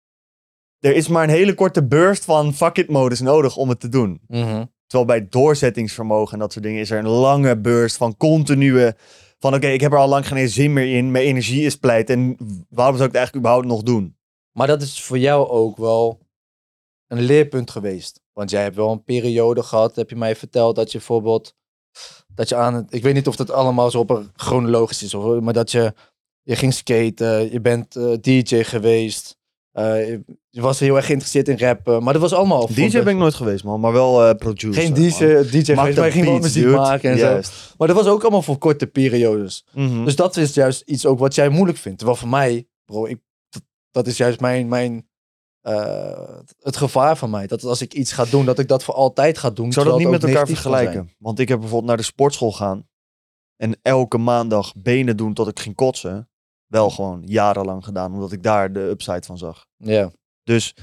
er is maar een hele korte burst van fuck it modus nodig om het te doen. Mhm. Terwijl bij doorzettingsvermogen en dat soort dingen is er een lange burst van continue, van oké, okay, ik heb er al lang geen zin meer in. Mijn energie is pleit en waarom zou ik het eigenlijk überhaupt nog doen? Maar dat is voor jou ook wel een leerpunt geweest. Want jij hebt wel een periode gehad, heb je mij verteld, dat je bijvoorbeeld, dat je aan het, ik weet niet of dat allemaal zo op een chronologisch is, of, maar dat je, je ging skaten, je bent uh, D J geweest, uh, je, je was heel erg geïnteresseerd in rappen, maar dat was allemaal... D J ben ik nooit geweest, man, maar wel uh, producer. Geen D J, D J Maak geweest, de maar je ging wel beats, muziek dude. maken en Juist. zo. Maar dat was ook allemaal voor korte periodes. Mhm. Dus dat is juist iets ook wat jij moeilijk vindt. Terwijl voor mij, bro, ik, dat, dat is juist mijn, mijn uh, het gevaar van mij. Dat als ik iets ga doen, dat ik dat voor altijd ga doen. Ik zou dat niet terwijl met het ook elkaar negatief kan vergelijken. Want ik heb bijvoorbeeld naar de sportschool gaan. En elke maandag benen doen tot ik ging kotsen. Wel gewoon jarenlang gedaan. Omdat ik daar de upside van zag. zijn. Ja. Dus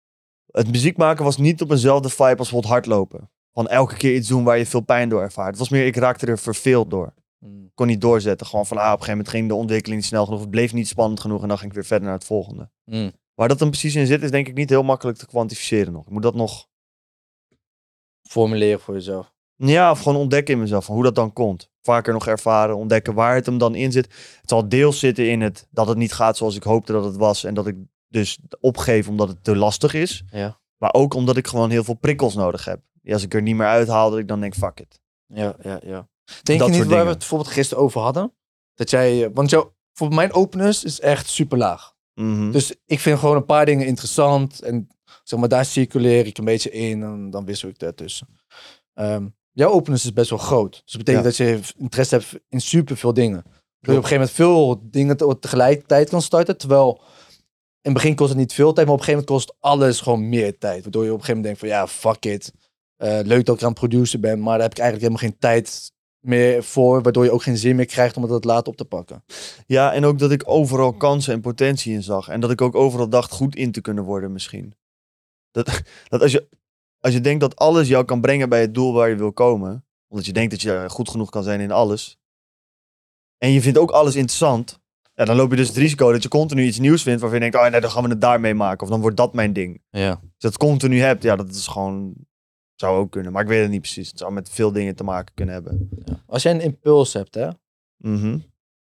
het muziek maken was niet op eenzelfde vibe als bijvoorbeeld hardlopen. Van elke keer iets doen waar je veel pijn door ervaart. Het was meer, ik raakte er verveeld door. Mm. Ik kon niet doorzetten. Gewoon van, ah, op een gegeven moment ging de ontwikkeling niet snel genoeg. Het bleef niet spannend genoeg. En dan ging ik weer verder naar het volgende. Mm. Waar dat dan precies in zit, is denk ik niet heel makkelijk te kwantificeren nog. Ik moet dat nog... Formuleren voor jezelf. Ja, of gewoon ontdekken in mezelf, van hoe dat dan komt. Vaker nog ervaren, ontdekken waar het hem dan in zit. Het zal deels zitten in het dat het niet gaat zoals ik hoopte dat het was. En dat ik dus opgeef omdat het te lastig is. Ja. Maar ook omdat ik gewoon heel veel prikkels nodig heb. Ja, als ik er niet meer uithaal, dat ik dan denk, fuck it. Ja, ja, ja. Denk Dat je niet soort waar we dingen. het bijvoorbeeld gisteren over hadden? Dat jij, eh, want jouw, voor mijn openness is echt super laag. Mhm. Dus ik vind gewoon een paar dingen interessant. En zeg maar, daar circuleer ik een beetje in. En dan wissel ik daartussen. Um, jouw openness is best wel groot. Dus dat betekent Ja. dat je interesse hebt in superveel dingen. Dat je op een gegeven moment veel dingen te- tegelijkertijd kan starten. Terwijl in het begin kost het niet veel tijd. Maar op een gegeven moment kost alles gewoon meer tijd. Waardoor je op een gegeven moment denkt van ja, fuck it. Uh, leuk dat ik aan het produceren ben. Maar daar heb ik eigenlijk helemaal geen tijd meer voor. Waardoor je ook geen zin meer krijgt om het later op te pakken. Ja, en ook dat ik overal kansen en potentie in zag. En dat ik ook overal dacht goed in te kunnen worden misschien. Dat, dat als je... Als je denkt dat alles jou kan brengen bij het doel waar je wil komen. Omdat je denkt dat je goed genoeg kan zijn in alles. En je vindt ook alles interessant. Ja, dan loop je dus het risico dat je continu iets nieuws vindt. Waarvan je denkt, oh nee, dan gaan we het daarmee maken. Of dan wordt dat mijn ding. Ja. Als je dat continu hebt, ja, dat is gewoon... Zou ook kunnen, maar ik weet het niet precies. Het zou met veel dingen te maken kunnen hebben. Ja. Als jij een impuls hebt, hè, Mhm.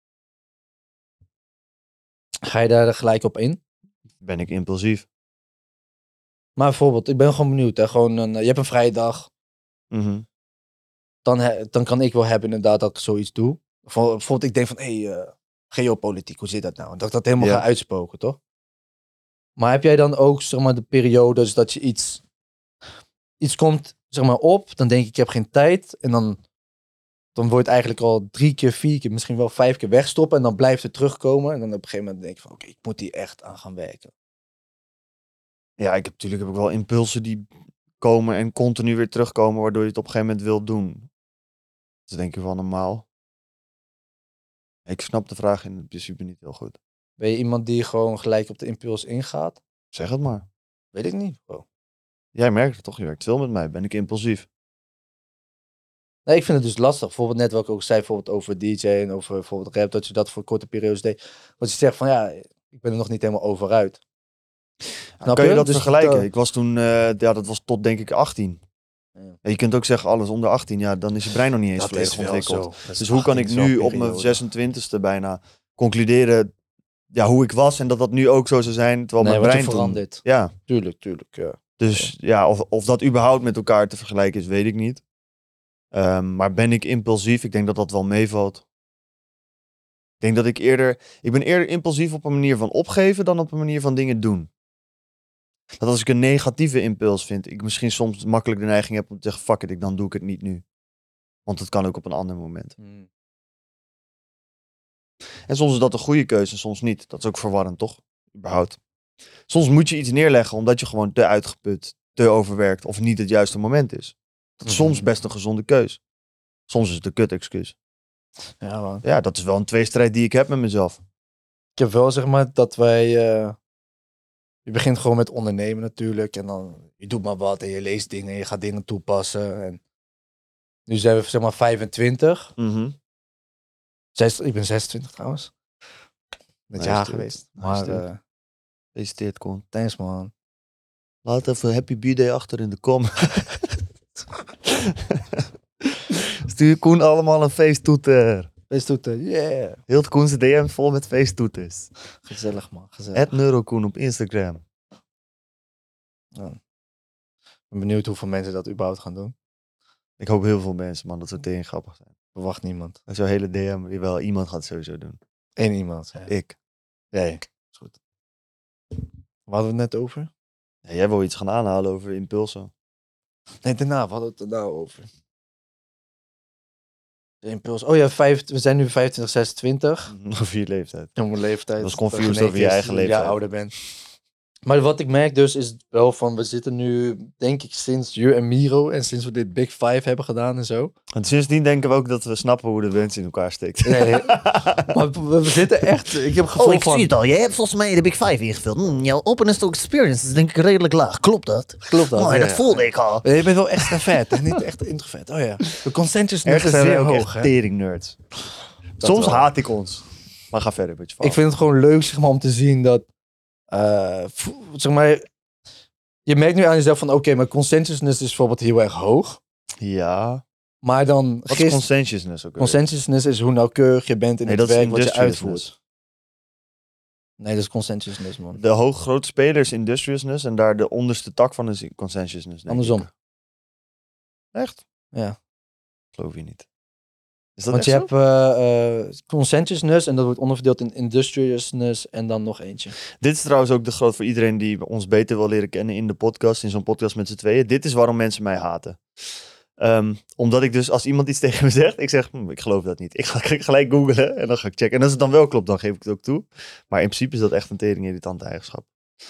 ga je daar gelijk op in? Ben ik impulsief. Maar bijvoorbeeld, ik ben gewoon benieuwd. Hè? Gewoon een, je hebt een vrije dag. Mhm. Dan, he- dan kan ik wel hebben inderdaad dat ik zoiets doe. Bijvoorbeeld, bijvoorbeeld ik denk van, hé, hey, uh, geopolitiek, hoe zit dat nou? Dat ik dat helemaal Ja. ga uitspoken, toch? Maar heb jij dan ook, zeg maar, de periodes dat je iets, iets komt, zeg maar, op. Dan denk ik, ik heb geen tijd. En dan, dan wordt het eigenlijk al drie keer, vier keer, misschien wel vijf keer wegstoppen. En dan blijft het terugkomen. En dan op een gegeven moment denk ik van, oké, ik moet hier echt aan gaan werken. Ja, ik heb natuurlijk heb ik wel impulsen die komen en continu weer terugkomen, waardoor je het op een gegeven moment wilt doen. Dat is denk ik wel normaal. Ik snap de vraag in principe niet heel goed. Ben je iemand die gewoon gelijk op de impuls ingaat? Zeg het maar. Weet ik niet, bro. Jij merkt het toch, je werkt veel met mij. Ben ik impulsief? Nee, ik vind het dus lastig. Bijvoorbeeld net wat ik ook zei, bijvoorbeeld over D J en over bijvoorbeeld rap, dat je dat voor korte periodes deed. Want je zegt van ja, ik ben er nog niet helemaal over uit. Snap Kan je dat Dus vergelijken? dat- Ik was toen, eh, ja, dat was tot denk ik achttien. Ja. Ja, je kunt ook zeggen alles onder achttien, ja, dan is je brein nog niet eens Dat volledig is wel ontwikkeld. zo. Dat is Dus hoe kan ik achttien is nu wel op mijn periode. zesentwintigste bijna concluderen ja, hoe ik was en dat dat nu ook zo zou zijn, terwijl Nee, mijn want je brein toen... verandert. Ja, Tuurlijk, tuurlijk, ja. dus ja, of, of dat überhaupt met elkaar te vergelijken is, weet ik niet. Ehm, maar ben ik impulsief? Ik denk dat dat wel meevalt. Ik denk dat ik eerder... Ik ben eerder impulsief op een manier van opgeven dan op een manier van dingen doen. Dat als ik een negatieve impuls vind, ik misschien soms makkelijk de neiging heb om te zeggen, fuck it, ik, dan doe ik het niet nu. Want het kan ook op een ander moment. Hmm. En soms is dat een goede keuze en soms niet. Dat is ook verwarrend, toch? Überhaupt. Soms moet je iets neerleggen omdat je gewoon te uitgeput, te overwerkt of niet het juiste moment is. Dat is Mhm. soms best een gezonde keus. Soms is het een kut excuus. Ja, man. Ja, dat is wel een tweestrijd die ik heb met mezelf. Ik heb wel zeg maar dat wij... eh, je begint gewoon met ondernemen natuurlijk. En dan je doet maar wat en je leest dingen en je gaat dingen toepassen. En nu zijn we zeg maar vijfentwintig. Mhm. Zes, ik ben zesentwintig trouwens. Met Nice, jaar dude. geweest. Nice, Maar dude. eh, Gefeliciteerd, Koen. thanks man. Laat even happy birthday achter in de com. Stuur Koen allemaal een feesttoeter. Wees toeten, yeah. Heel het Koense D M vol met feesttoeters. Gezellig man, gezellig. Het Neurokoen op Instagram. Ik ben benieuwd hoeveel mensen dat überhaupt gaan doen. Ik hoop heel veel mensen, man, dat zou tegen grappig zijn. Verwacht niemand. Zo'n hele D M, wel iemand gaat het sowieso doen. Eén iemand. Ja. Ik. Nee, is goed. Waar hadden we het net over? Ja, jij wil iets gaan aanhalen over impulsen. Nee, daarna. We hadden het er nou over. De impuls. Oh ja, vijf, we zijn nu vijfentwintig, zesentwintig. Over je leeftijd. Ja, mijn leeftijd. Dat is confused Dat je in over je één keer eigen een leeftijd. jaar ouder bent. Maar wat ik merk dus is wel van, we zitten nu, denk ik, sinds Jur en Miro en sinds we dit Big Five hebben gedaan en zo. En sindsdien denken we ook dat we snappen hoe de wens in elkaar steekt. Nee, nee. Maar we, we zitten echt, ik heb het gevoel Oh, ik van, zie het al. Jij hebt volgens mij de Big Five ingevuld. Hm, jouw openness to experience is denk ik redelijk laag. Klopt dat? klopt dat? Mooi, Ja. dat voelde ik al. Je bent wel extra vet, hè? Niet echt introvert. Oh ja, de consensus Ergens is zijn we zeer ook hoog, echt hè? tering nerds. Dat Soms wel. haat ik ons. Maar ga verder met je verhaal. Ik vind het gewoon leuk, zeg maar, om te zien dat, eh, vo- zeg maar, je merkt nu aan jezelf van, oké, mijn consensusness is bijvoorbeeld heel erg hoog. Ja. Maar dan, Wat is gist- consensusness ook weer? consensusness is hoe nauwkeurig je bent in Nee, het dat is werk wat je industriousness. uitvoert. Nee, dat is consensusness, man. De hoog grote speler is industriousness en daar de onderste tak van is consensusness. denk Andersom. ik. Echt? Ja. Geloof je niet. Is dat Want je echt hebt eh, eh, consensusness en dat wordt onderverdeeld in industriousness en dan nog eentje. Dit is trouwens ook de groot voor iedereen die ons beter wil leren kennen in de podcast, in zo'n podcast met z'n tweeën. Dit is waarom mensen mij haten. Ehm, omdat ik dus, als iemand iets tegen me zegt, ik zeg, hm, ik geloof dat niet. Ik ga ik gelijk googlen en dan ga ik checken. En als het dan wel klopt, dan geef ik het ook toe. Maar in principe is dat echt een tering irritante eigenschap.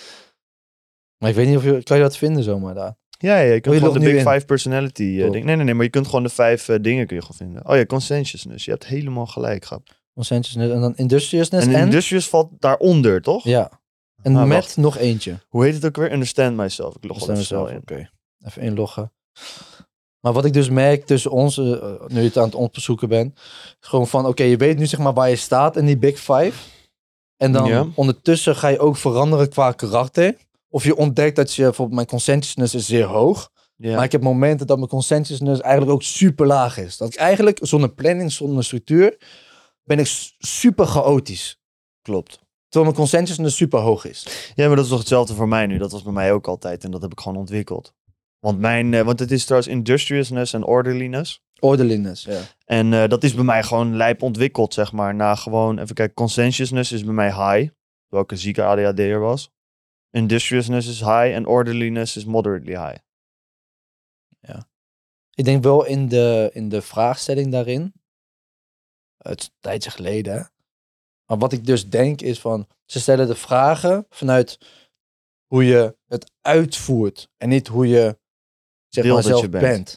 Maar ik weet niet of je, kan je dat vinden zomaar daar? Ja, ja, je kunt Oh, je gewoon de logt nu Big in. Five personality eh, Top. ding. Nee, nee, nee, maar je kunt gewoon de vijf eh, dingen kun je gewoon vinden. Oh ja, consensusness. Je hebt helemaal gelijk, grap. Consensusness en dan industriousness En en... industrious valt daaronder, toch? Ja. En Ah, met wacht. nog eentje. Hoe heet het ook weer? Understand myself. Ik log wel Stem even snel mezelf, in. oké. Even inloggen. Maar wat ik dus merk tussen ons, eh, nu je het aan het onderzoeken bent, is gewoon van, oké, je weet nu zeg maar waar je staat in die Big Five. En dan Ja. ondertussen ga je ook veranderen qua karakter. Of je ontdekt dat je, bijvoorbeeld mijn consensusness is zeer hoog. Ja. Maar ik heb momenten dat mijn consensusness eigenlijk ook super laag is. Dat ik eigenlijk zonder planning, zonder structuur, ben ik s- super chaotisch. Klopt. Terwijl mijn consensusness super hoog is. Ja, maar dat is toch hetzelfde voor mij nu. Dat was bij mij ook altijd en dat heb ik gewoon ontwikkeld. Want mijn, eh, want het is trouwens industriousness en orderliness. Orderliness, ja. En eh, dat is bij mij gewoon lijp ontwikkeld, zeg maar. Na gewoon, even kijken, conscientiousness is bij mij high. Welke zieke A D H D'er was. Industriousness is high en orderliness is moderately high. Ik denk wel in de, in de vraagstelling daarin. Het is een tijdje geleden. Hè? Maar wat ik dus denk is van, ze stellen de vragen vanuit hoe je het uitvoert. En niet hoe je, zeg Wil maar, dat zelf je bent. bent.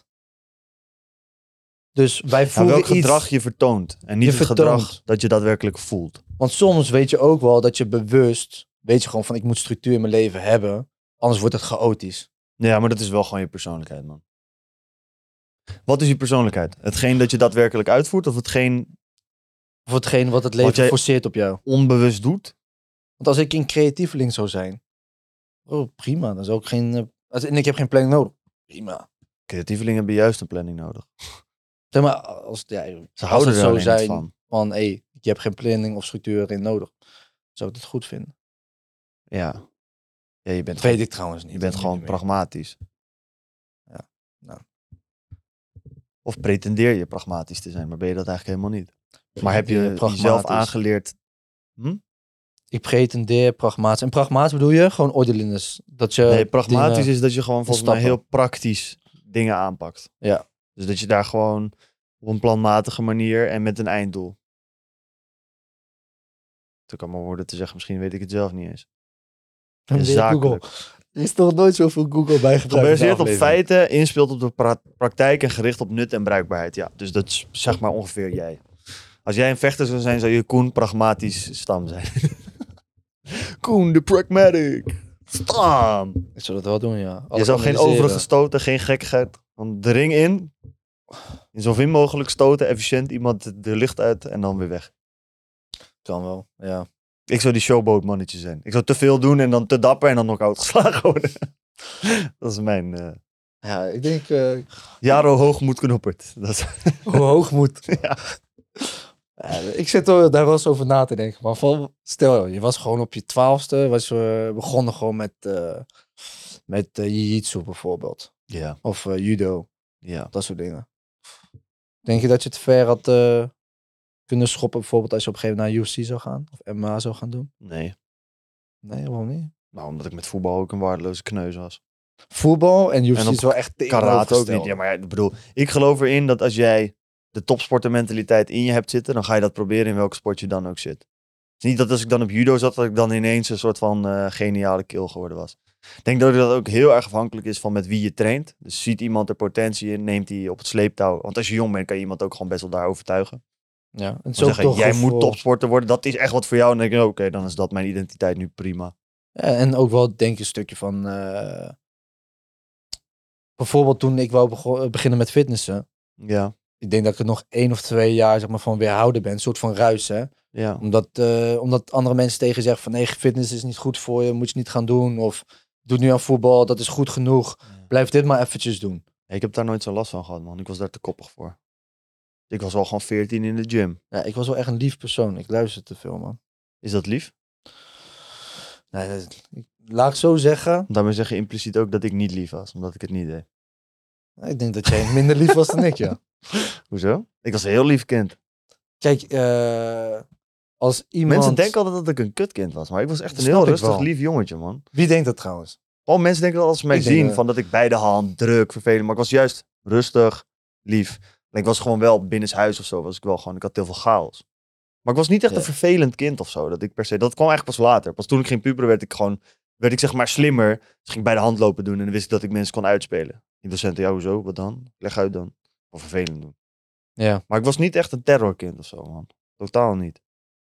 Dus wij Nou, voelen welk iets... gedrag je vertoont. En niet Je het gedrag vertoont. dat je daadwerkelijk voelt. Want soms weet je ook wel dat je bewust... Weet je gewoon van, ik moet structuur in mijn leven hebben. Anders wordt het chaotisch. Ja, maar dat is wel gewoon je persoonlijkheid, man. Wat is je persoonlijkheid? Hetgeen dat je daadwerkelijk uitvoert of hetgeen Of hetgeen wat het leven jij- forceert op jou. onbewust doet? Want als ik een creatieveling zou zijn... Oh, prima. Dan zou ik geen... eh, als- En ik heb geen planning nodig. Prima. Creatievelingen hebben juist een planning nodig. Zeg maar, als, ja, Ze als houden het er zo alleen zijn niet van. van... Hé, je hebt geen planning of structuur erin nodig. Zou ik het goed vinden? Ja. Ja, je bent Dat gewoon, weet ik trouwens niet. je bent Dat gewoon weet ik niet pragmatisch. Ja, nou. Of pretendeer je pragmatisch te zijn, maar ben je dat eigenlijk helemaal niet. meer. Maar heb je Pretendeer jezelf pragmatisch. aangeleerd... Hm? Ik pretendeer pragmatisch. En pragmatisch bedoel je? Gewoon orderliness. Dat je Nee, pragmatisch dingen- is dat je gewoon volgens mij stappen. heel praktisch dingen aanpakt. Ja. Dus dat je daar gewoon op een planmatige manier en met een einddoel. Het kan maar woorden te zeggen, misschien weet ik het zelf niet eens. En weer Zakelijk. Google. Er is toch nooit zoveel Google bij gebruikt. Gebaseerd op feiten, inspeelt op de pra- praktijk en gericht op nut en bruikbaarheid. Ja, dus dat is zeg maar ongeveer jij. Als jij een vechter zou zijn, zou je Koen pragmatisch stam zijn. Koen, de pragmatic. Stam. Ik zou dat wel doen, ja. Je Alles zou geen analyseren. overige stoten, geen gekkigheid. Van de ring in. In zoveel mogelijk stoten, efficiënt iemand de lucht uit en dan weer weg. Kan wel, ja. Ik zou die showboat mannetje zijn. Ik zou te veel doen en dan te dapper en dan knock-out geslagen worden. Dat is mijn eh Ja, ik denk... eh, Jaro Hoogmoed knoppert. Dat is, hoe hoog moet. Ja. Ja, ik zit er daar wel eens over na te denken. Maar van, stel, je was gewoon op je twaalfste. Was je begonnen gewoon met, eh met uh, jiu-jitsu bijvoorbeeld. ja, Of eh, judo. ja. Dat soort dingen. Denk je dat je het ver had eh, kunnen schoppen? Bijvoorbeeld als je op een gegeven moment naar U F C zou gaan? Of M M A zou gaan doen? Nee. Nee, waarom niet? Nou, omdat ik met voetbal ook een waardeloze kneus was. Voetbal en U F C En op is wel echt Karate ook tegenovergesteld. niet. Ja, maar ja, ik bedoel, ik geloof erin dat als jij de topsportermentaliteit in je hebt zitten, dan ga je dat proberen in welke sport je dan ook zit. Het is niet dat als ik dan op judo zat, dat ik dan ineens een soort van eh, geniale kill geworden was. Ik denk dat dat ook heel erg afhankelijk is van met wie je traint. Dus ziet iemand er potentie in, neemt hij op het sleeptouw. Want als je jong bent, kan je iemand ook gewoon best wel daar overtuigen. Ja, en het Maar is ook zeggen, toch jij gevoel- moet topsporter worden, dat is echt wat voor jou. En dan denk ik, oké, dan is dat mijn identiteit nu prima. Ja, en ook wel denk ik een stukje van... eh, bijvoorbeeld toen ik wou bego- beginnen met fitnessen. Ja, Ik denk dat ik er nog één of twee jaar zeg maar, van weerhouden ben. Een soort van ruis, hè. ja. Omdat, eh, omdat andere mensen tegen je zeggen van... nee, fitness is niet goed voor je, moet je niet gaan doen. Of doe nu aan voetbal, dat is goed genoeg. Blijf dit maar eventjes doen. Ik heb daar nooit zo last van gehad, man. Ik was daar te koppig voor. Ik was al gewoon veertien in de gym. Ja, ik was wel echt een lief persoon. Ik luister te veel, man. Is dat lief? Nee, dat- ik- laat ik zo zeggen. Daarmee zeg je impliciet ook dat ik niet lief was, omdat ik het niet deed. Ik denk dat jij minder lief was dan ik, ja. Hoezo? Ik was een heel lief kind. Kijk, eh, als iemand... Mensen denken altijd dat ik een kutkind was, maar ik was echt een Snap heel ik rustig, wel. lief jongetje, man. Wie denkt dat trouwens? Al mensen denken dat als ze mij Ik denk, zien, eh, van dat ik bij de hand, druk, vervelend. Maar ik was juist rustig, lief. En ik was gewoon wel binnenshuis of zo, was ik wel gewoon, ik had heel veel chaos. Maar ik was niet echt Ja. een vervelend kind of zo, dat ik per se, dat kwam eigenlijk pas later. Pas toen ik ging puberen werd ik gewoon, werd ik zeg maar slimmer. Dus ging ik bij de hand lopen doen en dan wist ik dat ik mensen kon uitspelen. Die docenten, ja hoezo, wat dan? Leg uit dan. Of vervelend doen. Ja, Maar ik was niet echt een terrorkind of zo, man. Totaal niet.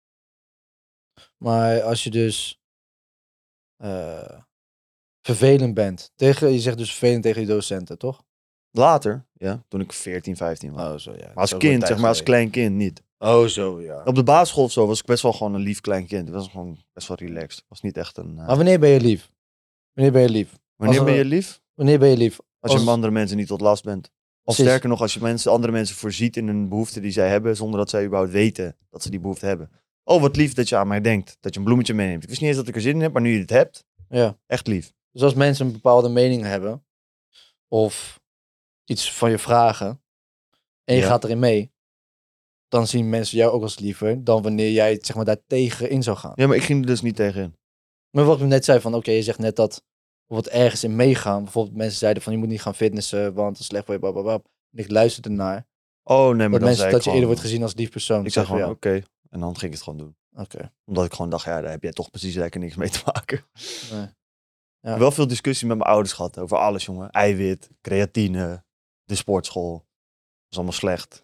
maar als je dus eh, vervelend bent. Tegen, je zegt dus vervelend tegen je docenten, toch? Later, ja, toen ik veertien, vijftien was. Oh, zo ja. Maar als Dat is wel kind, een zeg maar, als tijd klein kind niet. geleden. Oh, zo ja. Op de basisschool of zo was ik best wel gewoon een lief klein kind. Ik was gewoon best wel relaxed. Ik was niet echt een... eh, Maar wanneer ben je lief? Wanneer ben je lief? Wanneer als ben er- je lief? Wanneer ben je lief? Als je als- andere mensen niet tot last bent. Of Precies. sterker nog, als je mensen, andere mensen voorziet in een behoefte die zij hebben, zonder dat zij überhaupt weten dat ze die behoefte hebben. Oh, wat lief dat je aan mij denkt. Dat je een bloemetje meeneemt. Ik wist niet eens dat ik er zin in heb, maar nu je het hebt, Ja. echt lief. Dus als mensen een bepaalde mening hebben, of iets van je vragen, en je Ja. gaat erin mee, dan zien mensen jou ook als liever dan wanneer jij zeg maar, daar tegen in zou gaan. Ja, maar ik ging er dus niet tegenin. Maar wat ik net zei van, oké, je zegt net dat bijvoorbeeld ergens in meegaan. Bijvoorbeeld mensen zeiden van, je moet niet gaan fitnessen, want het is slecht voor je, blablabla. En ik luisterde naar. Oh, nee, maar Dat, dan mensen, zei dat ik je eerder gewoon, wordt gezien als lief persoon. Ik zei van, gewoon, ja, oké. En dan ging ik het gewoon doen. oké. Omdat ik gewoon dacht, ja, daar heb jij toch precies lekker niks mee te maken. Nee. Ik heb wel veel discussie met mijn ouders gehad over alles, jongen. Eiwit, creatine, de sportschool. Dat is allemaal slecht.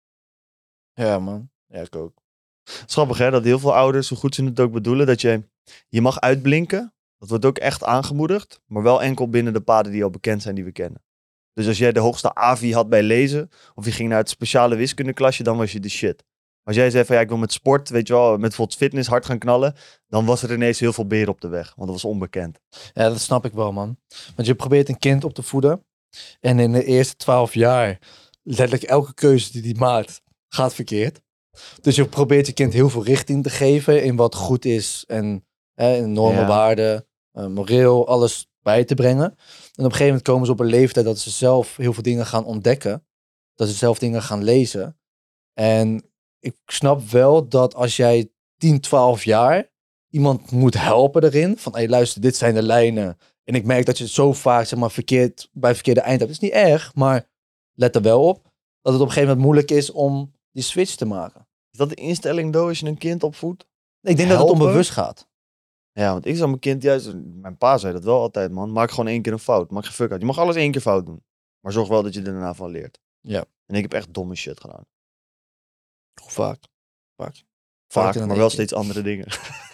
Ja, man. Ja, ik ook. Grappig, hè? Dat heel veel ouders, hoe goed ze het ook bedoelen, dat je, je mag uitblinken. Dat wordt ook echt aangemoedigd. Maar wel enkel binnen de paden die al bekend zijn, die we kennen. Dus als jij de hoogste A V I had bij lezen, of je ging naar het speciale wiskundeklasje, dan was je de shit. Als jij zei van ja, ik wil met sport, weet je wel, met bijvoorbeeld fitness hard gaan knallen, dan was er ineens heel veel beer op de weg. Want dat was onbekend. Ja, dat snap ik wel, man. Want je probeert een kind op te voeden. En in de eerste twaalf jaar, letterlijk elke keuze die die maakt, gaat verkeerd. Dus je probeert je kind heel veel richting te geven in wat goed is. En hè, normen, Ja. waarden, uh, moreel, alles bij te brengen. En op een gegeven moment komen ze op een leeftijd dat ze zelf heel veel dingen gaan ontdekken. Dat ze zelf dingen gaan lezen. En ik snap wel dat als jij tien, twaalf jaar iemand moet helpen erin. Van, hé hey, luister, dit zijn de lijnen. En ik merk dat je het zo vaak, zeg maar, verkeerd, bij het verkeerde eind hebt. Dat is niet erg, maar let er wel op. Dat het op een gegeven moment moeilijk is om die switch te maken. Is dat de instelling, Do, als je een kind opvoedt? Ik denk dat het Helpen? onbewust gaat. Ja, want ik zou mijn kind juist... Mijn pa zei dat wel altijd, man. Maak gewoon één keer een fout. Maak geen fuck uit. Je mag alles één keer fout doen. Maar zorg wel dat je er daarna van leert. Ja. En ik heb echt domme shit gedaan. Hoe vaak? Vaak. Vaak, Vaker dan maar één wel keer. steeds andere dingen.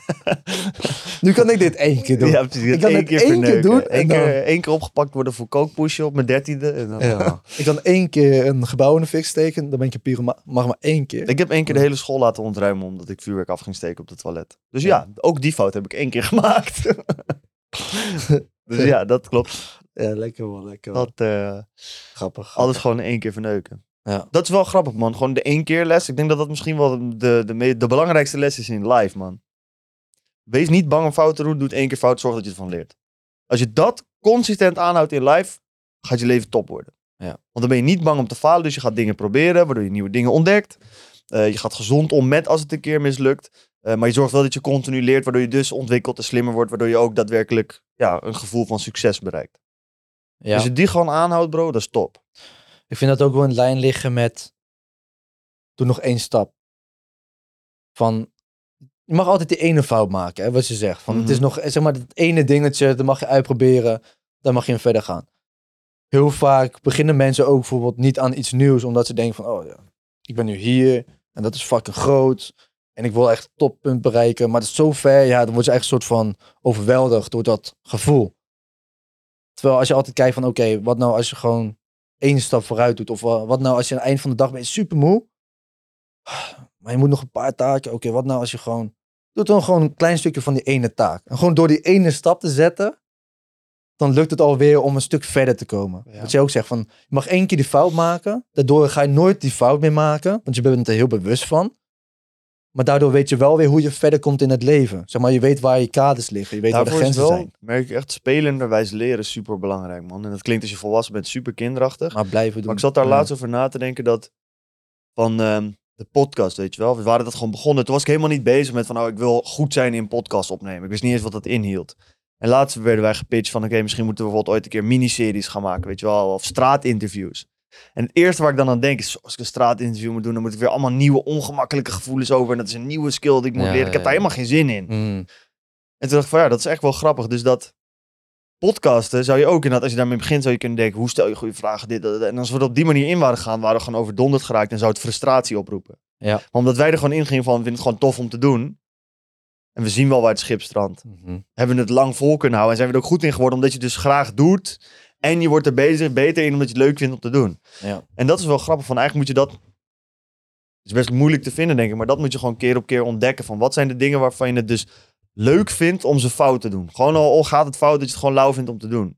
Nu kan ik dit één keer doen. Ja, precies. Ik kan Eén het keer één keer verneuken. doen en Eén dan- keer, één keer opgepakt worden voor kookpoesje op mijn dertiende. En dan... Ja. Ik kan één keer een gebouw in de fik steken, dan ben ik een pyromaan. Mag maar één keer. Ik heb één keer de hele school laten ontruimen omdat ik vuurwerk af ging steken op het toilet. Dus ja, ook die fout heb ik één keer gemaakt. Dus ja, dat klopt. Ja, lekker man, lekker man. Dat, eh, Grappig. alles gewoon één keer verneuken. Ja. Dat is wel grappig, man. Gewoon de één keer les. Ik denk dat dat misschien wel de, de, me- de belangrijkste les is in life, man. Wees niet bang om fouten te doen. Doe het één keer fout. Zorg dat je ervan leert. Als je dat consistent aanhoudt in life, gaat je leven top worden. Ja. Want dan ben je niet bang om te falen. Dus je gaat dingen proberen, waardoor je nieuwe dingen ontdekt. Uh, je gaat gezond om met als het een keer mislukt. Uh, maar je zorgt wel dat je continu leert, waardoor je dus ontwikkelt en slimmer wordt. Waardoor je ook daadwerkelijk ja, een gevoel van succes bereikt. Ja. Als je die gewoon aanhoudt, bro, dat is top. Ik vind dat ook wel in lijn liggen met... Doe nog één stap. Van... Je mag altijd die ene fout maken, hè, wat je zegt. Van, Mhm. Het is nog, zeg maar, dat ene dingetje, dat mag je uitproberen. Dan mag je in verder gaan. Heel vaak beginnen mensen ook bijvoorbeeld niet aan iets nieuws, omdat ze denken van, oh ja, ik ben nu hier en dat is fucking groot. En ik wil echt het toppunt bereiken. Maar het is zo ver, ja, dan word je echt een soort van overweldigd door dat gevoel. Terwijl als je altijd kijkt van, oké, okay, wat nou als je gewoon één stap vooruit doet? Of wat nou als je aan het eind van de dag bent super moe? Maar je moet nog een paar taken. Oké, okay, wat nou als je gewoon... Doe dan gewoon een klein stukje van die ene taak. En gewoon door die ene stap te zetten, dan lukt het alweer om een stuk verder te komen. Ja. Wat je ook zegt, van, je mag één keer die fout maken. Daardoor ga je nooit die fout meer maken. Want je bent er heel bewust van. Maar daardoor weet je wel weer hoe je verder komt in het leven. Zeg maar, je weet waar je kaders liggen. Je weet Daarvoor waar de is grenzen wel, zijn. merk ik echt, spelenderwijs leren super belangrijk, man. En dat klinkt als je volwassen bent super kinderachtig. Maar blijven doen. Maar ik zat daar Ja. laatst over na te denken dat van ehm, de podcast, weet je wel. We waren dat gewoon begonnen. Toen was ik helemaal niet bezig met van, oh, ik wil goed zijn in podcast opnemen. Ik wist niet eens wat dat inhield. En laatst werden wij gepitcht van, oké, okay, misschien moeten we bijvoorbeeld ooit een keer miniseries gaan maken, weet je wel. Of straatinterviews. En het eerste waar ik dan aan denk is, als ik een straatinterview moet doen, dan moet ik weer allemaal nieuwe ongemakkelijke gevoelens over. En dat is een nieuwe skill die ik moet Ja, leren. Ik heb ja, daar ja. helemaal geen zin in. Mm. En toen dacht ik van, ja, dat is echt wel grappig. Dus dat podcasten zou je ook inderdaad, als je daarmee begint, zou je kunnen denken, hoe stel je goede vragen, dit, dat, dat. En als we er op die manier in waren gegaan, waren we gewoon overdonderd geraakt en zou het frustratie oproepen. Ja. Maar omdat wij er gewoon in gingen van, we vinden het gewoon tof om te doen. En we zien wel waar het schip strandt. Mhm. Hebben we het lang vol kunnen houden. En zijn we er ook goed in geworden, omdat je het dus graag doet. En je wordt er bezig, beter in, omdat je het leuk vindt om te doen. Ja. En dat is wel grappig, van eigenlijk moet je dat... Het is best moeilijk te vinden, denk ik. Maar dat moet je gewoon keer op keer ontdekken. Van wat zijn de dingen waarvan je het dus leuk vindt om ze fout te doen. Gewoon al, al gaat het fout, dat je het gewoon lauw vindt om te doen.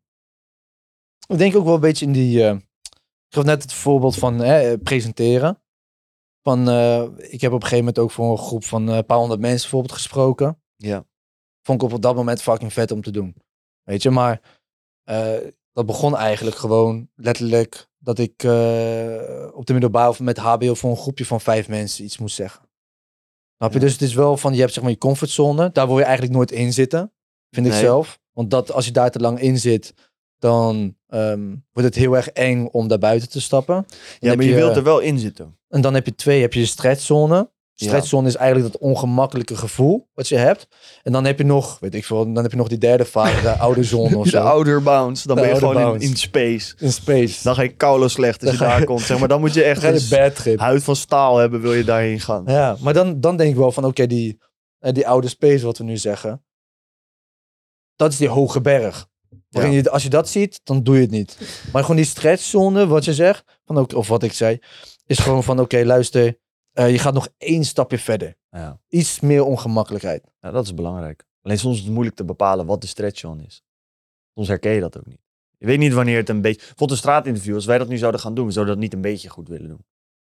Ik denk ook wel een beetje in die... Uh, ik gaf net het voorbeeld van hè, presenteren. Van, uh, ik heb op een gegeven moment ook voor een groep van uh, een paar honderd mensen bijvoorbeeld gesproken. Ja. Vond ik op dat moment fucking vet om te doen. Weet je, maar uh, dat begon eigenlijk gewoon letterlijk dat ik uh, op de middelbare of met H B O voor een groepje van vijf mensen iets moest zeggen. Snap je? Ja. Dus het is wel van, je hebt zeg maar je comfortzone. Daar wil je eigenlijk nooit in zitten, vind Nee. ik zelf. Want dat, als je daar te lang in zit, dan um, wordt het heel erg eng om daar buiten te stappen. Dan Ja, heb maar je, wilt er wel in zitten. En dan heb je twee, heb je je stretchzone. Stretchzone is eigenlijk dat ongemakkelijke gevoel wat je hebt. En dan heb je nog, weet ik veel, dan heb je nog die derde fase, de oude zone of De zo. outer bounce. Dan De ben je outer gewoon in, bounce. in space. In space. Dan ga je koude slecht als je Dan ga je- daar komt. Zeg maar, dan moet je echt Dan ga je een de bad trip. huid van staal hebben, wil je daarheen gaan. Ja, maar dan, dan denk ik wel van, oké, die, eh, die oude space wat we nu zeggen, dat is die hoge berg. Waarin Ja. je, als je dat ziet, dan doe je het niet. Maar gewoon die stretchzone, wat je zegt, van ook, of wat ik zei, is gewoon van, oké, luister, eh, je gaat nog één stapje verder. Ja. Iets meer ongemakkelijkheid. Ja, dat is belangrijk. Alleen soms is het moeilijk te bepalen wat de stretch-on is. Soms herken je dat ook niet. Je weet niet wanneer het een beetje... Bijvoorbeeld een straatinterview, als wij dat nu zouden gaan doen, we zouden dat niet een beetje goed willen doen.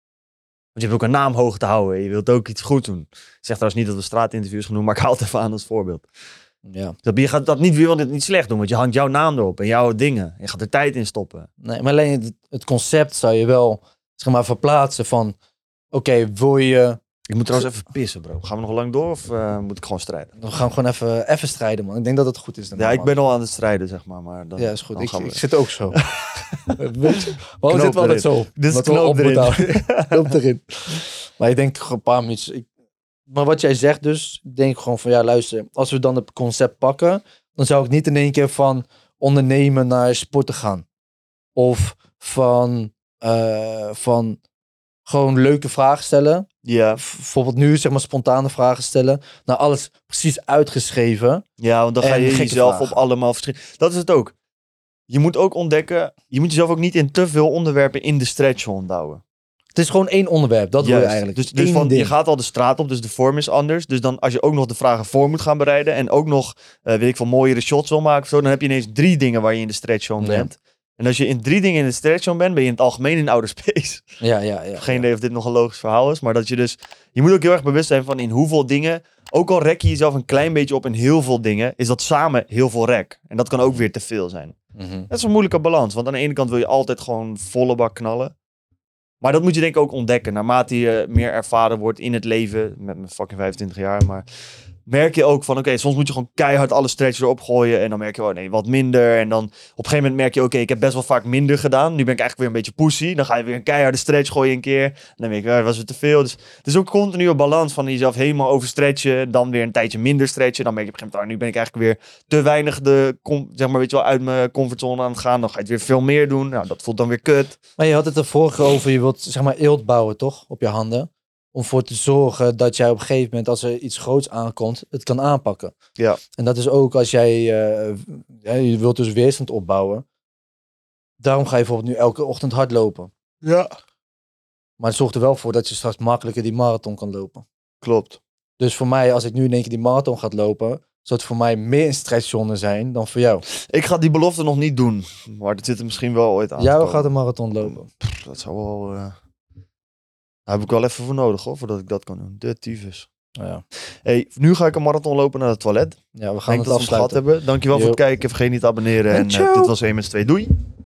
Want je hebt ook een naam hoog te houden. Je wilt ook iets goed doen. Ik zeg trouwens niet dat we straatinterviews gaan doen, maar ik haal het even aan als voorbeeld. Ja. Dat, je gaat dat niet, wil het niet slecht doen, want je hangt jouw naam erop en jouw dingen. Je gaat er tijd in stoppen. Nee, maar alleen het, het concept zou je wel, zeg maar, verplaatsen van, oké, wil je... Ik moet trouwens even pissen, bro. Gaan we nog lang door of uh, moet ik gewoon strijden? We gaan gewoon even, even strijden, man. Ik denk dat het goed is. Ja, ik ben al aan het strijden, zeg maar. maar dan, Ja, is goed. dan Ik, gaan we- ik zit ook zo. Weet je? Waarom Knoop zitten we altijd erin. zo? Dit is Omdat we knoop op erin. moeten houden. Knoop erin. Maar ik denk gewoon een paar minuutjes. Ik, maar wat jij zegt dus, ik denk gewoon van ja, luister. Als we dan het concept pakken, dan zou ik niet in één keer van ondernemen naar sporten gaan. Of van, eh, van gewoon leuke vragen stellen. Ja, Bijvoorbeeld nu, zeg maar, spontane vragen stellen. Nou, alles precies uitgeschreven. ja, want dan ga En je gekke jezelf vragen. op allemaal verschillende... Dat is het ook. Je moet ook ontdekken... Je moet jezelf ook niet in te veel onderwerpen in de stretchzone houden. Het is gewoon één onderwerp, dat wil je Juist. eigenlijk. Dus, dus Eén van, ding. je gaat al de straat op, dus de vorm is anders. Dus dan als je ook nog de vragen voor moet gaan bereiden... en ook nog, eh weet ik veel, mooiere shots wil maken... of zo, dan heb je ineens drie dingen waar je in de stretchzone Ja. bent. En als je in drie dingen in de stretchzone bent... ben je in het algemeen in outer space. Ja, ja, ja. Geen ja. idee of dit nog een logisch verhaal is. Maar dat je dus... Je moet ook heel erg bewust zijn van in hoeveel dingen... Ook al rek je jezelf een klein beetje op in heel veel dingen... is dat samen heel veel rek. En dat kan ook weer te veel zijn. Mhm. Dat is een moeilijke balans. Want aan de ene kant wil je altijd gewoon volle bak knallen. Maar dat moet je denk ik ook ontdekken. Naarmate je meer ervaren wordt in het leven. Met mijn fucking vijfentwintig jaar. Maar merk je ook van... Oké, soms moet je gewoon keihard alle stretches erop gooien. En dan merk je wel, nee, wat minder. En dan op een gegeven moment merk je... Oké, ik heb best wel vaak minder gedaan. Nu ben ik eigenlijk weer een beetje pussy. Dan ga je weer een keiharde stretch gooien een keer. En dan denk ik, dat was weer te veel. Dus het is ook een continue balans van jezelf helemaal overstretchen. Dan weer een tijdje minder stretchen. Dan merk je op een gegeven moment... Oh, nu ben ik eigenlijk weer te weinig de, com- zeg maar, weet je wel, uit mijn comfortzone aan het gaan. Dan ga je het weer veel meer doen. Nou, dat voelt dan weer kut. Maar je had het er vorige over, je wilt zeg maar eelt bouwen toch, op je handen. Om voor te zorgen dat jij op een gegeven moment, als er iets groots aankomt, het kan aanpakken. Ja. En dat is ook als jij, eh, ja, je wilt dus weerstand opbouwen. Daarom ga je bijvoorbeeld nu elke ochtend hardlopen. Ja. Maar het zorgt er wel voor dat je straks makkelijker die marathon kan lopen. Klopt. Dus voor mij, als ik nu in één keer die marathon ga lopen, zou het voor mij meer een stretchzone zijn dan voor jou. Ik ga die belofte nog niet doen. Maar dat zit er misschien wel ooit aan. te Jij komen. gaat een marathon lopen. Pff, dat zou wel... eh, Daar heb ik wel even voor nodig hoor, voordat ik dat kan doen. De tyfus. Ja, Hey, nu ga ik een marathon lopen naar het toilet. ja we Ik gaan denk het dat we het gehad afsluiten. hebben. Dankjewel voor Yo. het kijken. Vergeet niet te abonneren. En En eh, ciao. dit was één met twee. Doei!